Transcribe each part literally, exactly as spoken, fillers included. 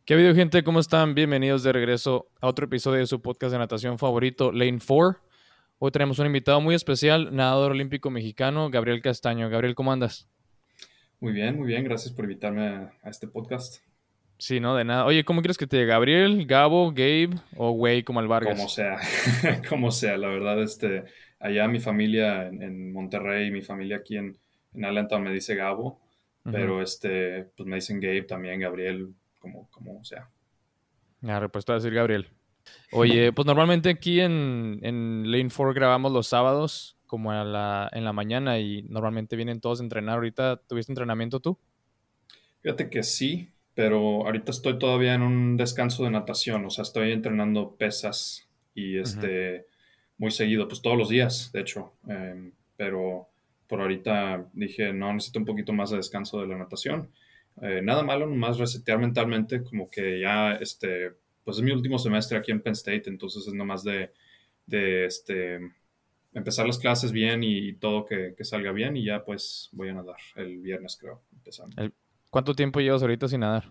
¿Qué ha habido, gente? ¿Cómo están? Bienvenidos de regreso a otro episodio de su podcast de natación favorito, Lane cuatro. Hoy tenemos un invitado muy especial, nadador olímpico mexicano, Gabriel Castaño. Gabriel, ¿cómo andas? Muy bien, muy bien. Gracias por invitarme a, a este podcast. Sí, no, de nada. Oye, ¿cómo quieres que te diga? ¿Gabriel, Gabo, Gabe o güey como el Como Vargas? sea, como sea. La verdad, este, allá mi familia en, en Monterrey, mi familia aquí en, en Allentown me dice Gabo, Ujú. pero este, pues me dicen Gabe también, Gabriel, como, como sea. La respuesta va a decir Gabriel. Oye, pues normalmente aquí en, en Lane cuatro grabamos los sábados, como a la, en la mañana, y normalmente vienen todos a entrenar. ¿Ahorita tuviste entrenamiento tú? Fíjate que sí, pero ahorita estoy todavía en un descanso de natación, o sea, estoy entrenando pesas y Ujú. este, muy seguido, pues todos los días, de hecho, em, pero por ahorita dije, no, necesito un poquito más de descanso de la natación. Eh, nada malo, nomás resetear mentalmente, como que ya, este, pues es mi último semestre aquí en Penn State, entonces es nomás de, de este, empezar las clases bien y todo que, que salga bien y ya pues voy a nadar el viernes, creo, empezando. El- ¿Cuánto tiempo llevas ahorita sin nadar?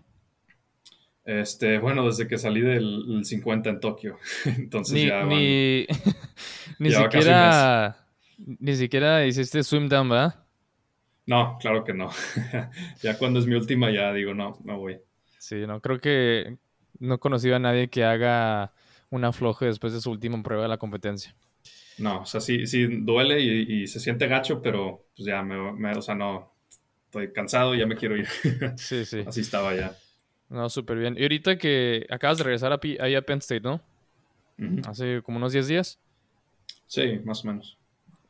Este, bueno, desde que salí del, del cincuenta en Tokio, entonces Ni, ya van, ni, ni ya va casi un mes. siquiera, ni siquiera hiciste swim down, ¿verdad? No, claro que no. Ya cuando es mi última, ya digo, no, me voy. Sí, no, creo que no he conocido a nadie que haga un afloje después de su última prueba de la competencia. No, o sea, sí, sí duele y, y se siente gacho, pero pues ya me, me- o sea, no, estoy cansado, ya me quiero ir. Sí, sí. Así estaba ya. No, súper bien. Y ahorita que acabas de regresar a, Pi- ahí a Penn State, ¿no? Ujú. Hace como unos diez días. Sí, más o menos.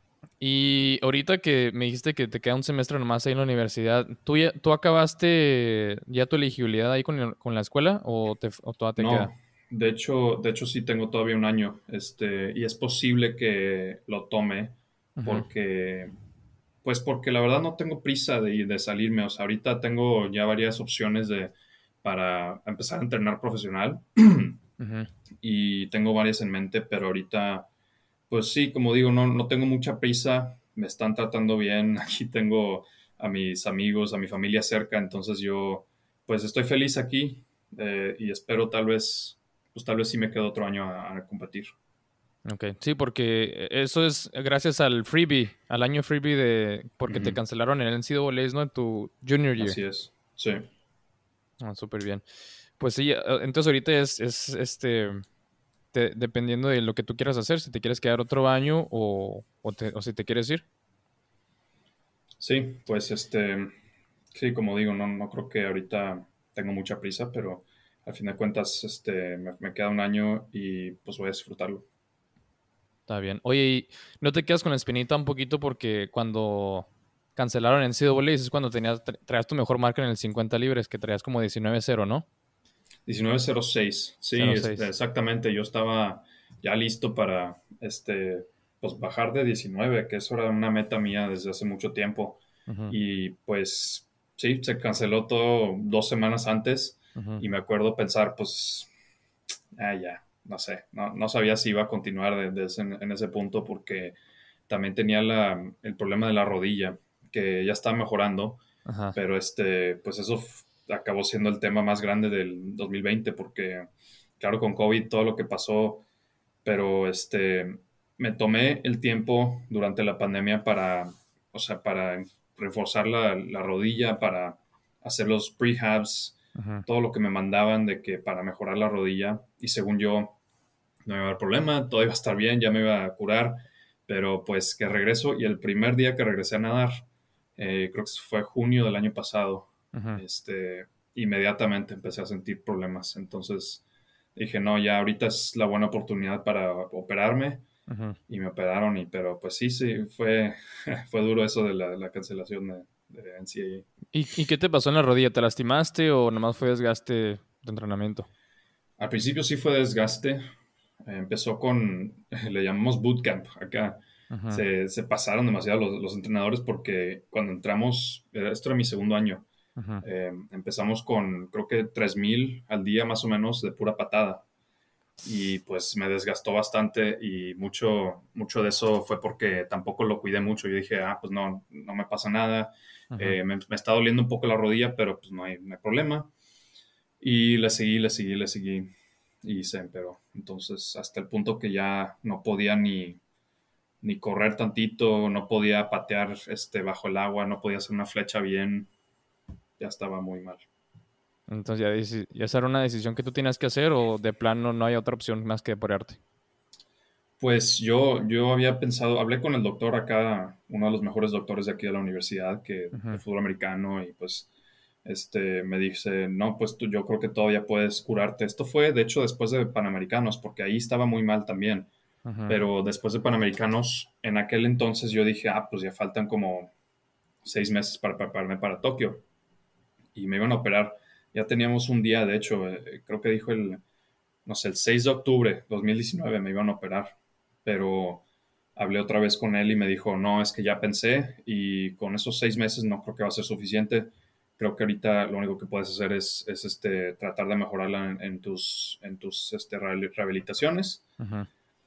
Y ahorita que me dijiste que te queda un semestre nomás ahí en la universidad, ¿tú, ya, tú acabaste ya tu elegibilidad ahí con, el- con la escuela o, te, o todavía te No, queda? de hecho, de hecho sí tengo todavía un año, este, y es posible que lo tome Ujú, porque pues porque la verdad no tengo prisa de, de salirme. O sea, ahorita tengo ya varias opciones de, para empezar a entrenar profesional ujú. y tengo varias en mente, pero ahorita, pues sí, como digo, no, no tengo mucha prisa. Me están tratando bien. Aquí tengo a mis amigos, a mi familia cerca, entonces yo, pues estoy feliz aquí eh, y espero tal vez, pues tal vez sí me quedo otro año a, a competir. Ok, sí, porque eso es gracias al freebie, al año freebie de, porque te Ujú. cancelaron el N C A A, ¿no? En tu junior year. Así es, sí. Ah, súper bien. Pues sí, eh, entonces ahorita es, es este, te- dependiendo de lo que tú quieras hacer, si te quieres quedar otro año o, o, te- o si te quieres ir. Sí, pues este, sí, como digo, no, no creo que ahorita tengo mucha prisa, pero al fin de cuentas, este, me, me queda un año y pues voy a disfrutarlo. Está bien. Oye, ¿y no te quedas con la espinita un poquito porque cuando cancelaron el N C A A es cuando tenías, tra- traías tu mejor marca en el cincuenta libres, que traías como diecinueve cero, ¿no? diecinueve cero seis, sí, cero es- seis. exactamente. Yo estaba ya listo para, este, pues bajar de diecinueve, que eso era una meta mía desde hace mucho tiempo. Ujú, Y pues sí, se canceló todo dos semanas antes ujú. y me acuerdo pensar, pues ah, ya, no sé, no, no sabía si iba a continuar de- de ese- en ese punto porque también tenía la, el problema de la rodilla, que ya está mejorando, Ajá. pero este, pues eso f- acabó siendo el tema más grande del dos mil veinte porque, claro, con COVID todo lo que pasó, pero este, me tomé el tiempo durante la pandemia para, o sea, para reforzar la, la rodilla, para hacer los prehabs, Ujú. todo lo que me mandaban de que para mejorar la rodilla y según yo no iba a haber problema, todo iba a estar bien, ya me iba a curar, pero pues que regreso y el primer día que regresé a nadar, eh, creo que fue junio del año pasado, Ujú, este, inmediatamente empecé a sentir problemas, entonces dije, no, ya ahorita es la buena oportunidad para operarme ujú. y me operaron, y, pero pues sí, sí, fue, fue duro eso de la, la cancelación de, de N C A A. ¿Y, y qué te pasó en la rodilla? ¿Te lastimaste o nomás fue desgaste de entrenamiento? Al principio sí fue desgaste. Eh, empezó con, le llamamos bootcamp acá. Ujú, Se, se pasaron demasiado los, los entrenadores porque cuando entramos, era- esto era mi segundo año, ujú. eh, empezamos con creo que tres mil al día más o menos de pura patada. Y pues me desgastó bastante y mucho, mucho de eso fue porque tampoco lo cuidé mucho. Yo dije, ah, pues no, no me pasa nada. Ujú. Eh, me, me está doliendo un poco la rodilla, pero pues no hay, no hay problema. Y le seguí, le seguí, le seguí y se empeoró. Entonces, hasta el punto que ya no podía ni, ni correr tantito, no podía patear este, bajo el agua, no podía hacer una flecha bien, ya estaba muy mal. Entonces ya, deci- ya esa era una decisión que tú tienes que hacer o de plano no hay otra opción más que operarte. Pues yo, yo había pensado, hablé con el doctor acá, uno de los mejores doctores de aquí de la universidad, que de Ujú, fútbol americano, y pues este me dice, no, pues tú, yo creo que todavía puedes curarte. Esto fue, de hecho, después de Panamericanos, porque ahí estaba muy mal también. ujú. Pero después de Panamericanos, en aquel entonces yo dije, ah, pues ya faltan como seis meses para prepararme para Tokio. Y me iban a operar. Ya teníamos un día, de hecho, eh, creo que dijo el, no sé, el seis de octubre de dos mil diecinueve me iban a operar. Pero hablé otra vez con él y me dijo, no, es que ya pensé y con esos seis meses no creo que va a ser suficiente. Creo que ahorita lo único que puedes hacer es, es este, tratar de mejorarla en, en tus, en tus este, rehabilitaciones. Ujú.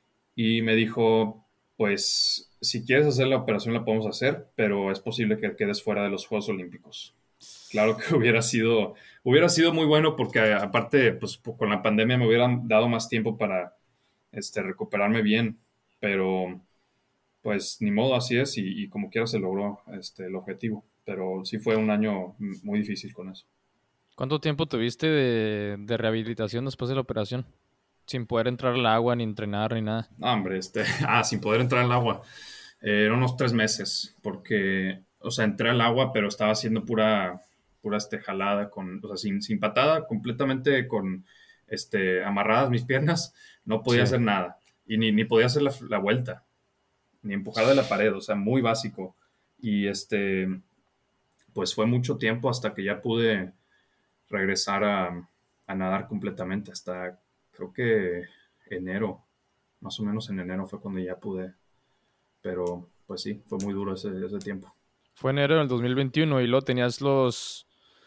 Y me dijo, pues si quieres hacer la operación la podemos hacer, pero es posible que quedes fuera de los Juegos Olímpicos. Claro que hubiera sido, hubiera sido muy bueno porque aparte, pues con la pandemia me hubieran dado más tiempo para este, recuperarme bien, pero pues ni modo, así es y, y como quiera se logró este, el objetivo. Pero sí fue un año muy difícil con eso. ¿Cuánto tiempo tuviste de, de rehabilitación después de la operación? Sin poder entrar al agua, ni entrenar, ni nada. No, hombre, este, ah, sin poder entrar al agua. Eh, eran unos tres meses, porque, o sea, entré al agua, pero estaba haciendo pura, pura este, jalada, con, o sea, sin, sin patada, completamente con, este, amarradas mis piernas, no podía Sí. hacer nada. Y ni, ni podía hacer la, la vuelta, ni empujar de la pared, o sea, muy básico. Y, este, pues fue mucho tiempo hasta que ya pude regresar a, a nadar completamente, hasta creo que enero, más o menos en enero fue cuando ya pude, pero pues sí, fue muy duro ese, ese tiempo. Fue enero del dos mil veintiuno y luego tenías los,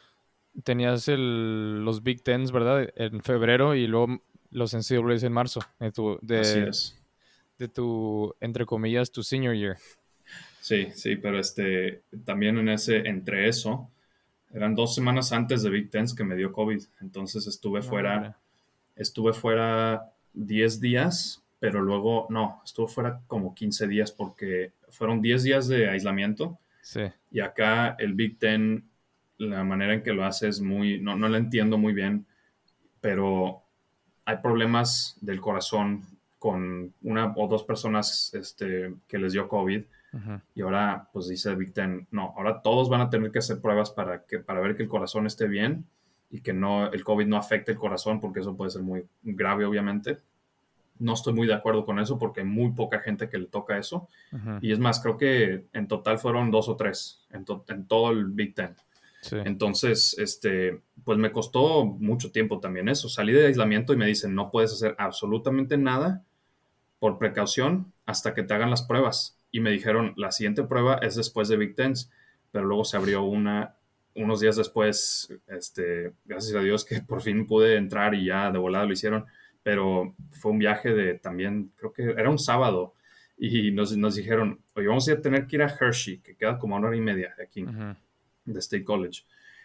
tenías el, los Big Tens, ¿verdad? En febrero y luego los N C A As en marzo, de tu, Así de, es. de tu, entre comillas, tu senior year. Sí, sí, pero este, también en ese, entre eso, eran dos semanas antes de Big Ten que me dio COVID, entonces estuve No, fuera, hombre. estuve fuera diez días, pero luego, no, estuve fuera como quince días porque fueron diez días de aislamiento Sí. y acá el Big Ten, la manera en que lo hace es muy, no, no la entiendo muy bien, pero hay problemas del corazón con una o dos personas este, que les dio COVID Ujú. y ahora pues dice Big Ten, no, ahora todos van a tener que hacer pruebas para, que, para ver que el corazón esté bien y que no, el COVID no afecte el corazón porque eso puede ser muy grave obviamente. No estoy muy de acuerdo con eso porque hay muy poca gente que le toca eso. Ujú. Y es más, creo que en total fueron dos o tres en, to en todo el Big Ten. Sí. Entonces, este, pues me costó mucho tiempo también eso. Salí de aislamiento y me dicen, no puedes hacer absolutamente nada por precaución hasta que te hagan las pruebas. Y me dijeron, la siguiente prueba es después de Big Ten, pero luego se abrió una unos días después, este, gracias a Dios que por fin pude entrar y ya de volada lo hicieron, pero fue un viaje de también, creo que era un sábado, y nos, nos dijeron, oye, vamos a tener que ir a Hershey, que queda como a una hora y media de aquí, Ujú. de State College,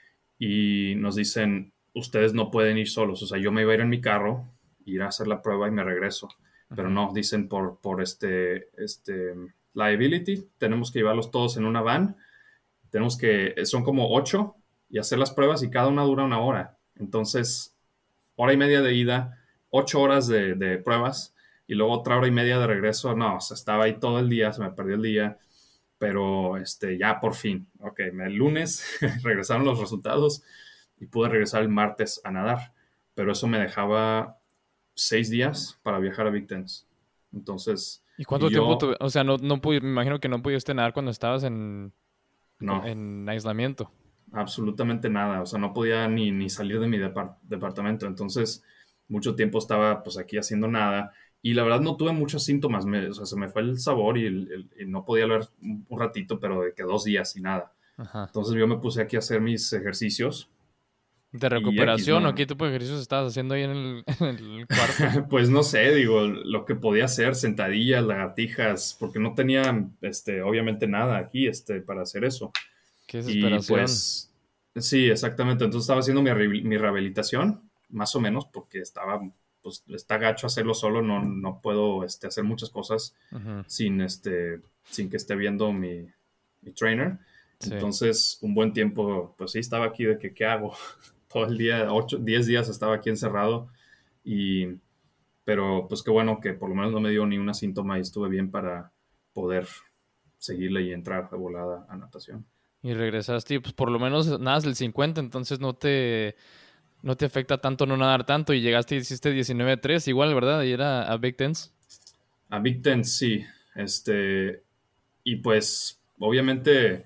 y nos dicen, ustedes no pueden ir solos, o sea, yo me iba a ir en mi carro, ir a hacer la prueba y me regreso, pero Ujú. no, dicen por, por este, este liability, tenemos que llevarlos todos en una van, tenemos que, son como ocho y hacer las pruebas y cada una dura una hora, entonces, hora y media de ida, ocho horas de, de pruebas y luego otra hora y media de regreso, no, o sea, estaba ahí todo el día, se me perdió el día, pero este, ya por fin, ok, el lunes regresaron los resultados y pude regresar el martes a nadar, pero eso me dejaba seis días para viajar a Big Ten. Entonces, ¿Y y cuánto tiempo yo, tuve? O sea, no, no pude, me imagino que no pudiste nadar cuando estabas en, no, en aislamiento. absolutamente nada, o sea, no podía ni, ni salir de mi depart departamento, entonces mucho tiempo estaba pues aquí haciendo nada y la verdad no tuve muchos síntomas, me, o sea, se me fue el sabor y, el, el, y no podía hablar un, un ratito, pero de que dos días y nada. Ajá. Entonces yo me puse aquí a hacer mis ejercicios ¿De y X recuperación o no. qué tipo de ejercicios estabas haciendo ahí en el, en el cuarto? Pues no sé, digo, lo que podía hacer, sentadillas, lagartijas, porque no tenía, este, obviamente nada aquí, este, para hacer eso. Qué Y desesperación. pues Sí, exactamente. Entonces estaba haciendo mi, re- mi rehabilitación, más o menos, porque estaba, pues, está gacho hacerlo solo, no, no puedo este, hacer muchas cosas Ujú. sin, este, sin que esté viendo mi, mi trainer. Sí. Entonces, un buen tiempo, pues sí, estaba aquí de que, ¿qué hago? Todo el día, ocho, diez días estaba aquí encerrado y, pero pues qué bueno que por lo menos no me dio ni una síntoma y estuve bien para poder seguirle y entrar de volada a natación. Y regresaste y pues por lo menos nadas del cincuenta, entonces no te, no te afecta tanto no nadar tanto y llegaste y hiciste diecinueve tres igual, ¿verdad? Y era a Big Tens. A Big Ten sí, este, y pues obviamente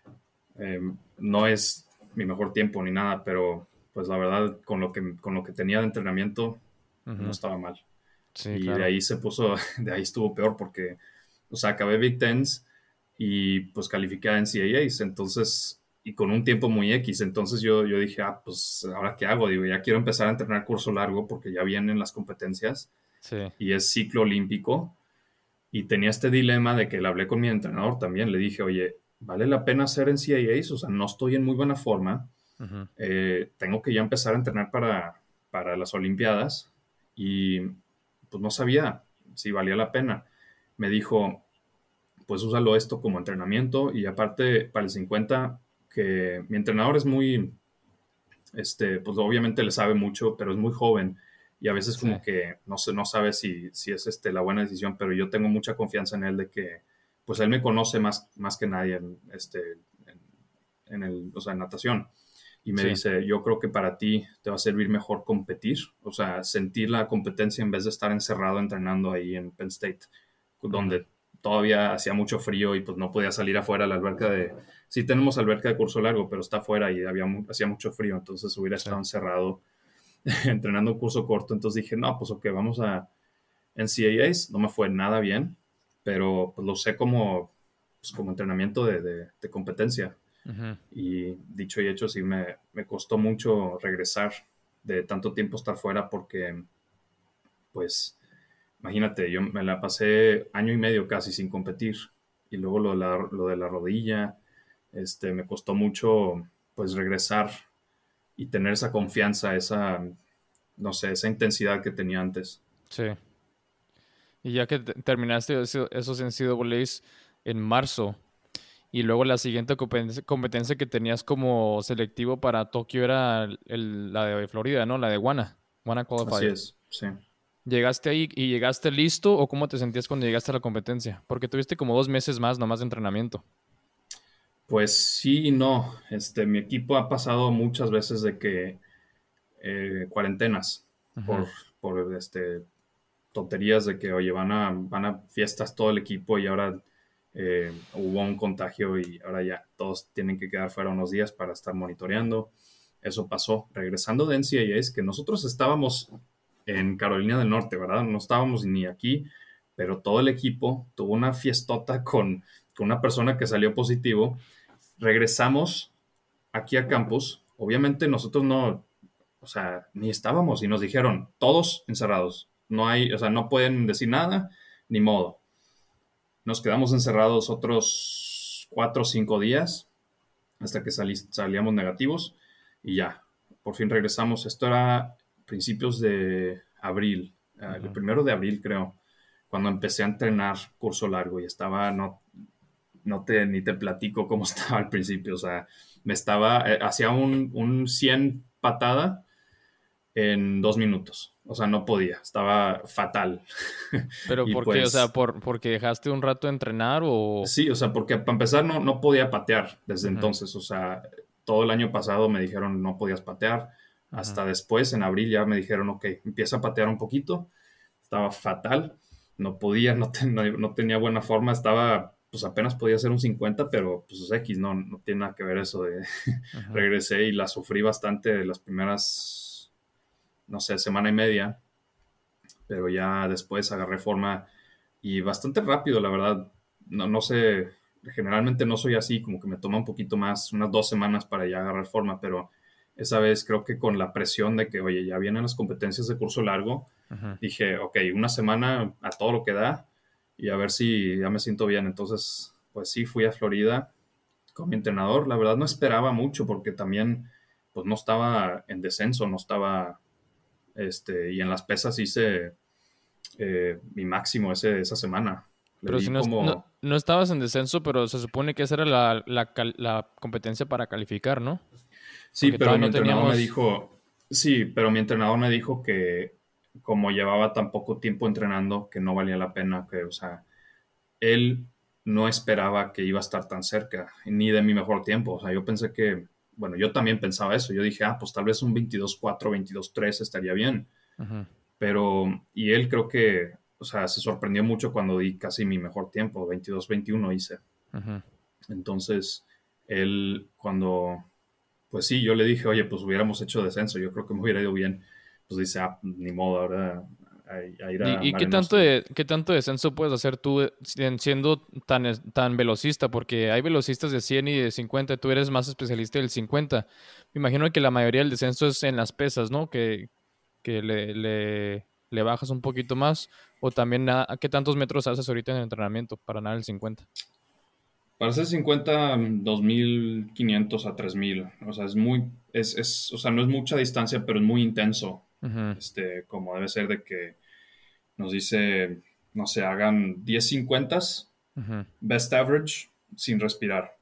eh, no es mi mejor tiempo ni nada, pero pues la verdad con lo que, con lo que tenía de entrenamiento no Ujú. estaba mal. Sí, Y de claro. ahí se puso, de ahí estuvo peor porque, o sea, acabé Big Tens y pues califiqué a N C A As, entonces, y con un tiempo muy X, entonces yo, yo dije, ah, pues ahora qué hago, digo, ya quiero empezar a entrenar curso largo porque ya vienen las competencias Sí. y es ciclo olímpico y tenía este dilema de que le hablé con mi entrenador también, le dije, oye, ¿vale la pena hacer N C A As? O sea, no estoy en muy buena forma, Ujú. eh, tengo que ya empezar a entrenar para, para las Olimpiadas y pues no sabía si valía la pena. Me dijo, pues úsalo esto como entrenamiento y aparte para el cincuenta, que mi entrenador es muy, este, pues obviamente le sabe mucho, pero es muy joven y a veces Sí. como que no sé, no sabe si, si es este, la buena decisión, pero yo tengo mucha confianza en él de que, pues él me conoce más, más que nadie en, este, en, en el, o sea, en natación. Y me Sí. dice, yo creo que para ti te va a servir mejor competir, o sea, sentir la competencia en vez de estar encerrado entrenando ahí en Penn State, Ujú. donde todavía hacía mucho frío y pues no podía salir afuera a la alberca de... Sí tenemos alberca de curso largo, pero está afuera y había, hacía mucho frío, entonces hubiera Sí. estado encerrado entrenando un curso corto. Entonces dije, no, pues ok, vamos a N C A As. No me fue nada bien, pero pues lo sé como, pues, como entrenamiento de, de, de competencia. Ujú. Y dicho y hecho, sí me, me costó mucho regresar de tanto tiempo estar fuera porque, pues, imagínate, yo me la pasé año y medio casi sin competir y luego lo de la, lo de la rodilla, este, me costó mucho, pues, regresar y tener esa confianza, esa, no sé, esa intensidad que tenía antes. Sí. Y ya que te- terminaste eso- esos N C A As en marzo, y luego la siguiente competencia, competencia que tenías como selectivo para Tokio era el- el- la de Florida, ¿no? La de WANA, WANA Así Qualifier. es, sí. ¿Llegaste ahí y llegaste listo o cómo te sentías cuando llegaste a la competencia? Porque tuviste como dos meses más nomás de entrenamiento. Pues sí y no. Este, mi equipo ha pasado muchas veces de que eh, cuarentenas Ujú. por, por este, tonterías de que, oye, van a, van a fiestas todo el equipo y ahora eh, hubo un contagio y ahora ya todos tienen que quedar fuera unos días para estar monitoreando. Eso pasó. Regresando de N C A As, que nosotros estábamos en Carolina del Norte, ¿verdad? No estábamos ni aquí, pero todo el equipo tuvo una fiestota con, con una persona que salió positivo. Regresamos aquí a campus. Obviamente nosotros no, o sea, ni estábamos y nos dijeron, todos encerrados. No hay, o sea, no pueden decir nada, ni modo. Nos quedamos encerrados otros cuatro o cinco días hasta que salí- salíamos negativos y ya, por fin regresamos. Esto era principios de abril, eh, el Ujú. primero de abril creo, cuando empecé a entrenar curso largo y estaba, no, no te, ni te platico cómo estaba al principio, o sea, me estaba, eh, hacía un, un cien patada en dos minutos. O sea, no podía, estaba fatal. Pero Y ¿por qué? O sea, pues ¿por, porque dejaste un rato de entrenar o...? sí, o sea, porque para empezar no, no podía patear desde Ujú. entonces. O sea, todo el año pasado me dijeron no podías patear. Ujú. Hasta después, en abril, ya me dijeron, ok, empieza a patear un poquito. Estaba fatal, no podía, no, ten- no, no tenía buena forma, estaba, pues apenas podía hacer un cincuenta, pero pues es X, no, no tiene nada que ver eso de Ujú. regresé y la sufrí bastante las primeras, no sé, semana y media, pero ya después agarré forma y bastante rápido, la verdad. No, no sé, generalmente no soy así, como que me toma un poquito más, unas dos semanas para ya agarrar forma, pero esa vez creo que con la presión de que, oye, ya vienen las competencias de curso largo, Ujú. dije, ok, una semana a todo lo que da y a ver si ya me siento bien. Entonces, pues sí, fui a Florida con mi entrenador, la verdad no esperaba mucho porque también pues no estaba en descenso, no estaba, este, y en las pesas hice eh, mi máximo ese, esa semana. Le Pero si di no, es- no, como, no estabas en descenso, pero se supone que esa era la, la, cal- la competencia para calificar, ¿no? sí, Porque pero todavía mi no entrenador me teníamos... dijo, sí, pero mi entrenador me dijo que como llevaba tan poco tiempo entrenando, que no valía la pena, que, o sea, él no esperaba que iba a estar tan cerca, ni de mi mejor tiempo. O sea, yo pensé que, bueno, yo también pensaba eso. Yo dije, ah, pues tal vez un veintidós cuatro, veintidós tres estaría bien. Ujú, Pero, y él creo que, o sea, se sorprendió mucho cuando di casi mi mejor tiempo, veintidós veintiuno hice. ujú. Entonces, él cuando, pues sí, yo le dije, oye, pues hubiéramos hecho descenso, yo creo que me hubiera ido bien. Pues dice, ah, ni modo, ahora a, a ir a ¿Y, y qué Mare tanto Nostrum. de, qué tanto descenso puedes hacer tú eh, sien- siendo tan, es- tan velocista? Porque hay velocistas de cien y de cincuenta, tú eres más especialista del cincuenta. Me imagino que la mayoría del descenso es en las pesas, ¿no? Que, que le, le, le bajas un poquito más. O también, na- ¿qué tantos metros haces ahorita en el entrenamiento para nadar el cincuenta? Para hacer cincuenta, dos mil quinientos a tres mil. O sea, es muy, es, es, o sea, no es mucha distancia, pero es muy intenso. Ujú, Este, como debe ser de que nos dice, no sé, hagan diez cincuentas, ujú. best average, sin respirar.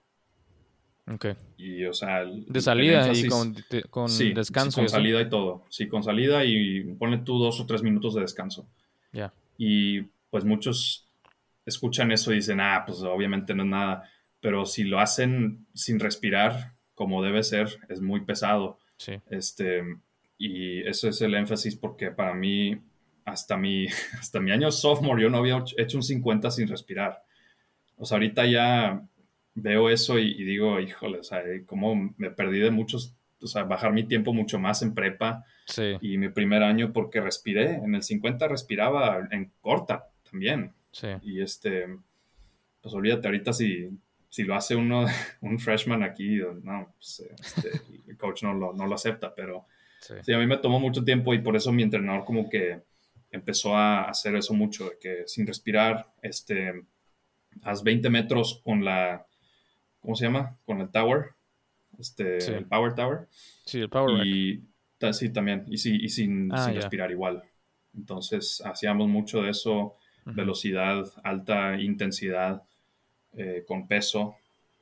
Ok. Y, o sea, De el, el salida y énfasis, con, de- con sí, sí, descanso y con así. salida y todo. Sí, con salida y ponle tú dos o tres minutos de descanso. Ya. Y pues muchos escuchan eso y dicen, ah, pues obviamente no es nada, pero si lo hacen sin respirar, como debe ser, es muy pesado. Sí. Este, y eso es el énfasis porque para mí, hasta mi, hasta mi año sophomore, yo no había hecho un cincuenta sin respirar. O sea, ahorita ya veo eso y, y digo, híjole, o sea, cómo me perdí de muchos, o sea, bajar mi tiempo mucho más en prepa Sí. y mi primer año porque respiré. En el cincuenta respiraba en corta también. Sí. Y este, pues olvídate, ahorita si, si lo hace uno, un freshman aquí, no, pues este, el coach no lo, no lo acepta, pero Sí. sí, a mí me tomó mucho tiempo y por eso mi entrenador como que empezó a hacer eso mucho, de que sin respirar, este, haz veinte metros con la, ¿cómo se llama? Con el tower, este, Sí. el power tower, Sí, el Power Rack. y ta- sí, también, y, sí, y sin, Ah, sin ya. respirar igual. Entonces hacíamos mucho de eso, Ujú. velocidad, alta intensidad, eh, con peso,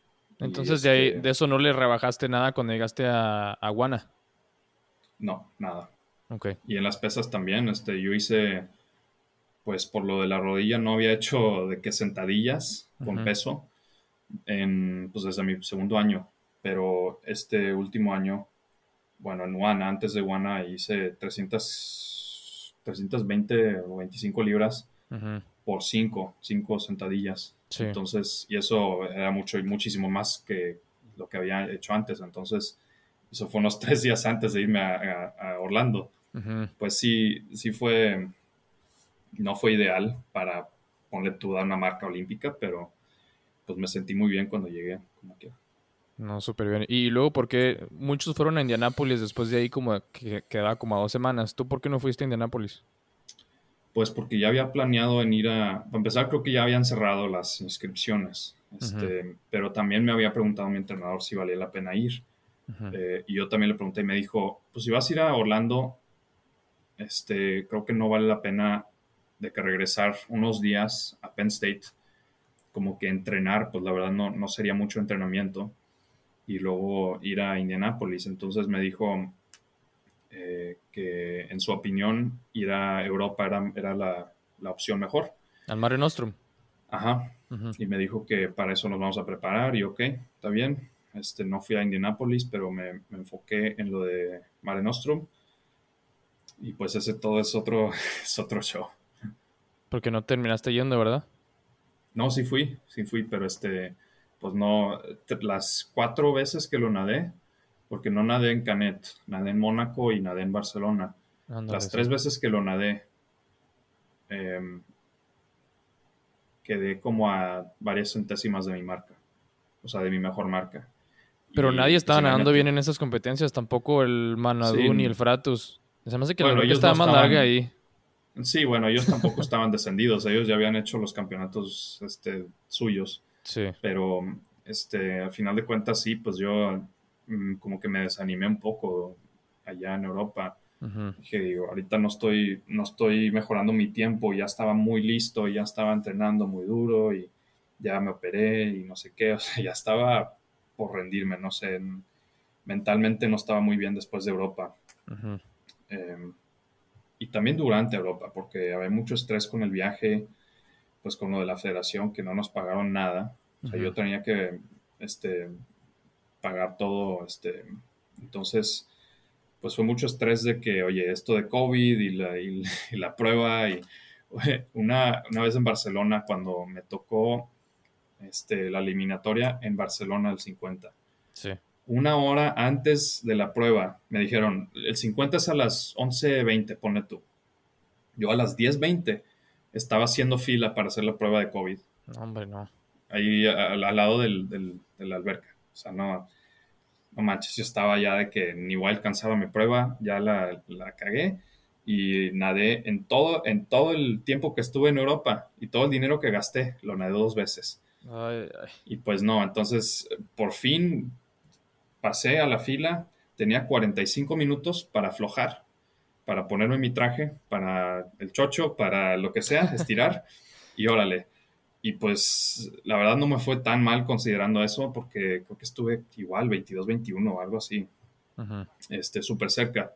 y Entonces de ahí, este, de eso no le rebajaste nada cuando llegaste a, a Guana. no, nada. Ok. Y en las pesas también, este, yo hice, pues por lo de la rodilla no había hecho de que sentadillas con Ujú. peso en, pues desde mi segundo año, pero este último año, bueno, en Guana, antes de Guana hice trescientas, trescientas veinte o veinticinco libras Ujú. por cinco cinco sentadillas. Sí. Entonces, y eso era mucho, muchísimo más que lo que había hecho antes. Entonces, eso fue unos tres días antes de irme a, a- a Orlando. Ujú. Pues sí, sí fue, no fue ideal para ponle tú dar una marca olímpica, pero pues me sentí muy bien cuando llegué, como quiera. No, súper bien. Y luego, ¿por qué muchos fueron a Indianápolis después de ahí como que quedaba como a dos semanas? ¿Tú por qué no fuiste a Indianápolis? Pues porque ya había planeado en ir a, para empezar creo que ya habían cerrado las inscripciones, Ujú, este, pero también me había preguntado mi entrenador si valía la pena ir. ujú. Eh, y yo también le pregunté y me dijo, pues si vas a ir a Orlando, este, creo que no vale la pena de que regresar unos días a Penn State, como que entrenar, pues la verdad no, no sería mucho entrenamiento, y luego ir a Indianápolis. Entonces me dijo eh, que en su opinión ir a Europa era, era la, la opción mejor. Al Mare Nostrum. Ajá. Ujú. Y me dijo que para eso nos vamos a preparar y ok, está bien. Este, no fui a Indianápolis, pero me, me enfoqué en lo de Mare Nostrum y pues ese todo es otro, es otro show. Porque no terminaste yendo, ¿verdad? No, sí fui, sí fui, pero este, pues no, t- las cuatro veces que lo nadé, porque no nadé en Canet, nadé en Mónaco y nadé en Barcelona. Ándale, Las sí. tres veces que lo nadé, em, quedé como a varias centésimas de mi marca, o sea, de mi mejor marca. Pero Y nadie pues estaba el año nadando que, bien en esas competencias, tampoco el Manadú ni el sí, Fratus. Se me hace que la bueno, alberca ellos no estaba más larga estaban, ahí. sí, bueno, ellos tampoco estaban descendidos, ellos ya habían hecho los campeonatos este, suyos, Sí. pero este, al final de cuentas sí, pues yo mm, como que me desanimé un poco allá en Europa. Ujú. Dije, digo, ahorita no estoy, no estoy mejorando mi tiempo, ya estaba muy listo, ya estaba entrenando muy duro y ya me operé y no sé qué, o sea, ya estaba por rendirme, no sé, mentalmente no estaba muy bien después de Europa. Ujú. Eh, y también durante Europa, porque había mucho estrés con el viaje, pues con lo de la federación, que no nos pagaron nada. O sea, Ujú. yo tenía que este, pagar todo, este, entonces, pues fue mucho estrés de que, oye, esto de COVID y la, y, y la prueba, y oye, una, una vez en Barcelona, cuando me tocó este, la eliminatoria en Barcelona del cincuenta, Sí. una hora antes de la prueba, me dijeron, el cincuenta es a las once veinte, pone tú. Yo a las diez veinte estaba haciendo fila para hacer la prueba de COVID, No, hombre, no. ahí al, al lado del, del, de la alberca. O sea, no, no manches, yo estaba ya de que ni igual alcanzaba mi prueba, ya la, la cagué y nadé en todo, en todo el tiempo que estuve en Europa y todo el dinero que gasté, lo nadé dos veces. Ay, ay. Y pues no, entonces por fin pasé a la fila, tenía cuarenta y cinco minutos para aflojar, para ponerme mi traje, para el chocho, para lo que sea, estirar y órale. Y pues la verdad no me fue tan mal considerando eso porque creo que estuve igual veintidós veintiuno o algo así, Ujú. este, súper cerca.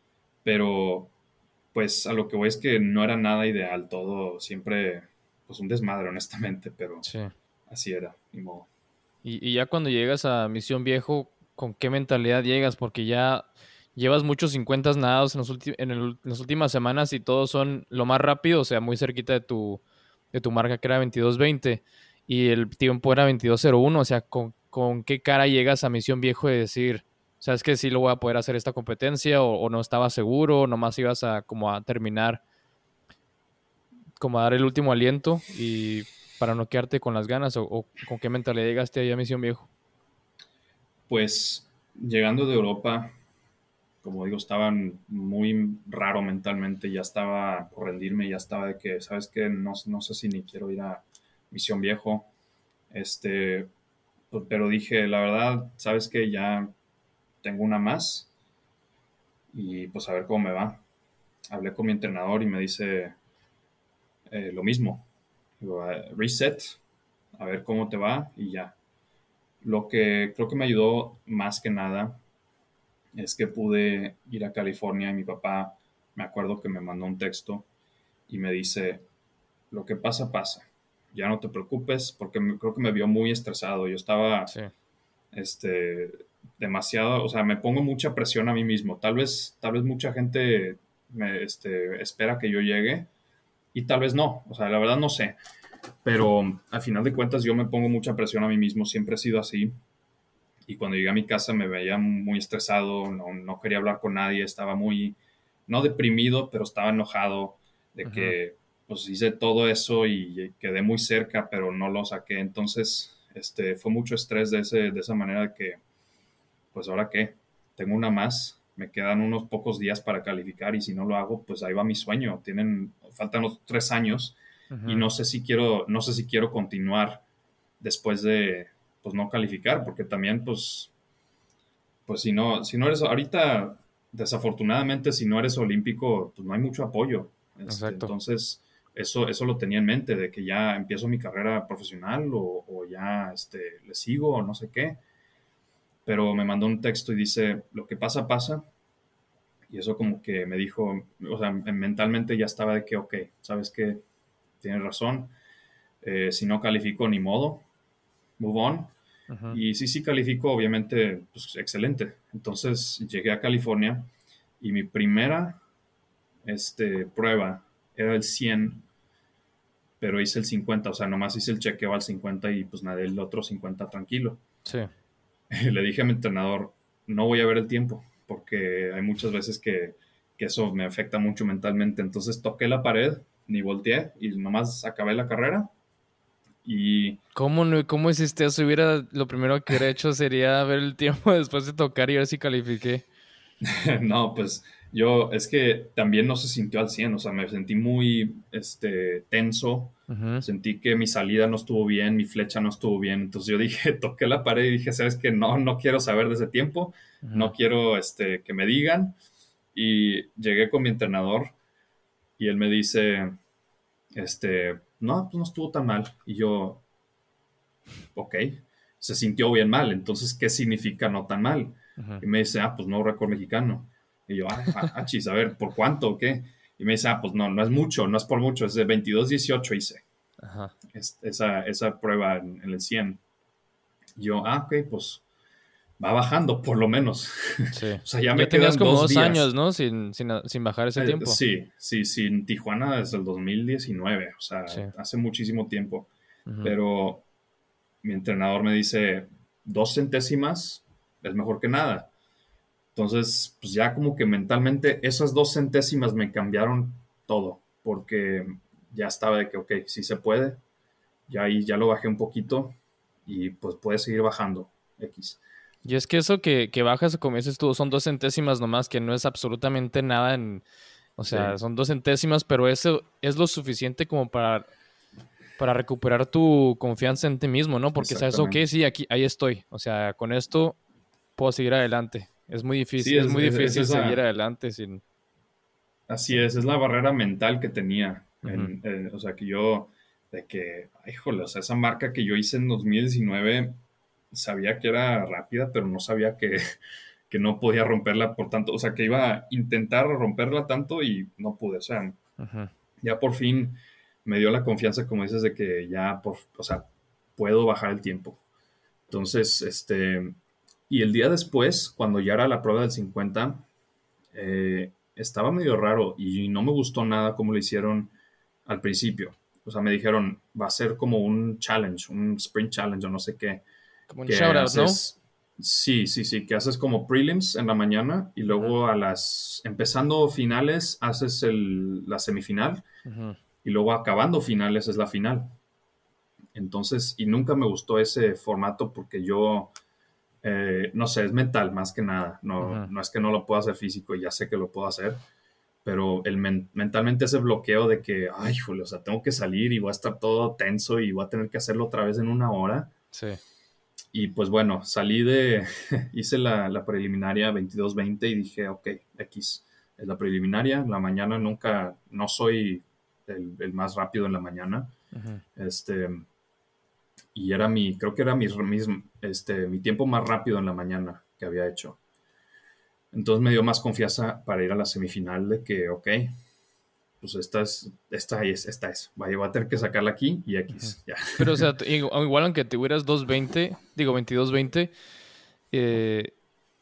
Pero pues a lo que voy es que no era nada ideal, todo siempre pues un desmadre honestamente, pero Sí. así era, ni modo. Y, y ya cuando llegas a Misión Viejo, ¿con qué mentalidad llegas? Porque ya llevas muchos cincuenta nadados en, los ulti- en, el- en las últimas semanas y todos son lo más rápido, o sea, muy cerquita de tu, de tu marca que era veintidós veinte y el tiempo era veintidós cero uno, o sea, ¿con, con qué cara llegas a Misión Viejo de decir, sabes que sí lo voy a poder hacer esta competencia o, o no estabas seguro, nomás ibas a como a terminar, como a dar el último aliento y para no quedarte con las ganas o, o con qué mentalidad llegaste ahí a Misión Viejo? Pues llegando de Europa, como digo, estaban muy raro mentalmente, ya estaba por rendirme, ya estaba de que, ¿sabes qué? No, no sé si ni quiero ir a Misión Viejo, este, pues, pero dije, la verdad, ¿sabes qué? Ya tengo una más y pues a ver cómo me va. Hablé con mi entrenador y me dice eh, lo mismo. Digo, eh, reset, a ver cómo te va y ya. Lo que creo que me ayudó más que nada es que pude ir a California y mi papá, me acuerdo que me mandó un texto y me dice, lo que pasa, pasa. Ya no te preocupes porque me- creo que me vio muy estresado. Yo estaba, Sí. este, demasiado, o sea, me pongo mucha presión a mí mismo. Tal vez, tal vez mucha gente me, este, espera que yo llegue y tal vez no. O sea, la verdad no sé. Pero al final de cuentas yo me pongo mucha presión a mí mismo. Siempre he sido así. Y cuando llegué a mi casa me veía muy estresado, no, no quería hablar con nadie, estaba muy, no deprimido, pero estaba enojado de Ujú. que pues hice todo eso y quedé muy cerca, pero no lo saqué. Entonces, este, fue mucho estrés de, ese, de esa manera de que, pues ahora qué, tengo una más, me quedan unos pocos días para calificar y si no lo hago, pues ahí va mi sueño. Tienen, faltan los tres años y Ujú. no sé si quiero, no sé si quiero continuar después de, pues no calificar, porque también, pues, pues si no, si no eres, ahorita, desafortunadamente, si no eres olímpico, pues no hay mucho apoyo. Este, Exacto. entonces, eso, eso lo tenía en mente, de que ya empiezo mi carrera profesional o, o ya este, le sigo o no sé qué. Pero me mandó un texto y dice, lo que pasa, pasa. Y eso como que me dijo, o sea, mentalmente ya estaba de que, ok, sabes que tienes razón. Eh, si no califico, ni modo, move on. Ujú. Y sí, sí califico, obviamente, pues excelente. Entonces llegué a California y mi primera este, prueba era el cien, pero hice el cincuenta, o sea, nomás hice el chequeo al cincuenta y pues nadé el otro cincuenta tranquilo. Sí. Le dije a mi entrenador, no voy a ver el tiempo, porque hay muchas veces que, que eso me afecta mucho mentalmente. Entonces toqué la pared, ni volteé y nomás acabé la carrera y ¿Cómo, no, cómo hiciste eso? Hubiera, lo primero que hubiera hecho sería ver el tiempo después de tocar y ver si califiqué. no, pues Yo, es que también no se sintió al cien, o sea, me sentí muy, este, tenso, Ujú, sentí que mi salida no estuvo bien, mi flecha no estuvo bien, entonces yo dije, toqué la pared y dije, ¿sabes qué? No, no quiero saber de ese tiempo, ujú. no quiero, este, que me digan, y llegué con mi entrenador y él me dice, este, no, pues no estuvo tan mal, y yo, ok, se sintió bien mal, entonces, ¿qué significa no tan mal? Ujú. Y me dice, ah, pues no récord mexicano. Y yo, ah, ah, ah, chis, a ver, ¿por cuánto o qué? Y me dice, ah, pues no, no es mucho, no es por mucho, es de veintidós dieciocho hice Ajá. es- esa, esa prueba en, en el cien. Y yo, ah, ok, pues va bajando, por lo menos. Sí. O sea, ya Ya me tenías quedan como dos dos años, días. ¿no? Sin, sin, sin bajar ese Eh, tiempo. sí, sí, sí, en Tijuana desde el dos mil diecinueve, o Sí. sea, hace muchísimo tiempo. Ujú. Pero mi entrenador me dice, dos centésimas es mejor que nada. Entonces, pues ya como que mentalmente esas dos centésimas me cambiaron todo, porque ya estaba de que, ok, sí se puede, ya ahí ya lo bajé un poquito y pues puede seguir bajando X. Y es que eso que, que bajas, como dices tú, son dos centésimas nomás, que no es absolutamente nada en, o Sí, sea, son dos centésimas, pero eso es lo suficiente como para, para recuperar tu confianza en ti mismo, ¿no? Porque sabes, ok, exactamente. sí, aquí, ahí estoy. O sea, con esto puedo seguir adelante. Es muy Sí, difícil, es es, muy es, es difícil seguir esa, adelante sin. así es, es la barrera mental que tenía. Ujú, En, eh, o sea, que yo, de que, ay, jole, o sea, esa marca que yo hice en dos mil diecinueve, sabía que era rápida, pero no sabía que, que no podía romperla por tanto, o sea, que iba a intentar romperla tanto y no pude. O sea, ujú. ya por fin me dio la confianza, como dices, de que ya, por, o sea, puedo bajar el tiempo. Entonces, este, y el día después, cuando ya era la prueba del cincuenta, eh, estaba medio raro y no me gustó nada cómo lo hicieron al principio. O sea, me dijeron, va a ser como un challenge, un sprint challenge o no sé qué, Como un que shoutout, ¿no? haces, sí, sí, sí, que haces como prelims en la mañana y Ujú, luego a las, empezando finales, haces el, la semifinal ujú, y luego acabando finales es la final. Entonces, y nunca me gustó ese formato porque yo, eh, no sé, es mental más que nada. No, ujú. no es que no lo pueda hacer físico y ya sé que lo puedo hacer, pero el men- mentalmente ese bloqueo de que, ay, jole, o sea, tengo que salir y voy a estar todo tenso y voy a tener que hacerlo otra vez en una hora. Sí. Y pues bueno, salí de, hice la, la preliminaria veintidós veinte y dije, ok, X es la preliminaria. La mañana nunca, no soy el, el más rápido en la mañana. Ujú. Este, y era mi, creo que era mi, mis- este, mi tiempo más rápido en la mañana que había hecho. Entonces me dio más confianza para ir a la semifinal de que, ok, pues esta es, esta es, esta es. Vaya, voy a tener que sacarla aquí y Ujú. X, ya. Pero, o sea, t- igu- igual aunque te hubieras dos veinte, digo veintidós veinte, eh,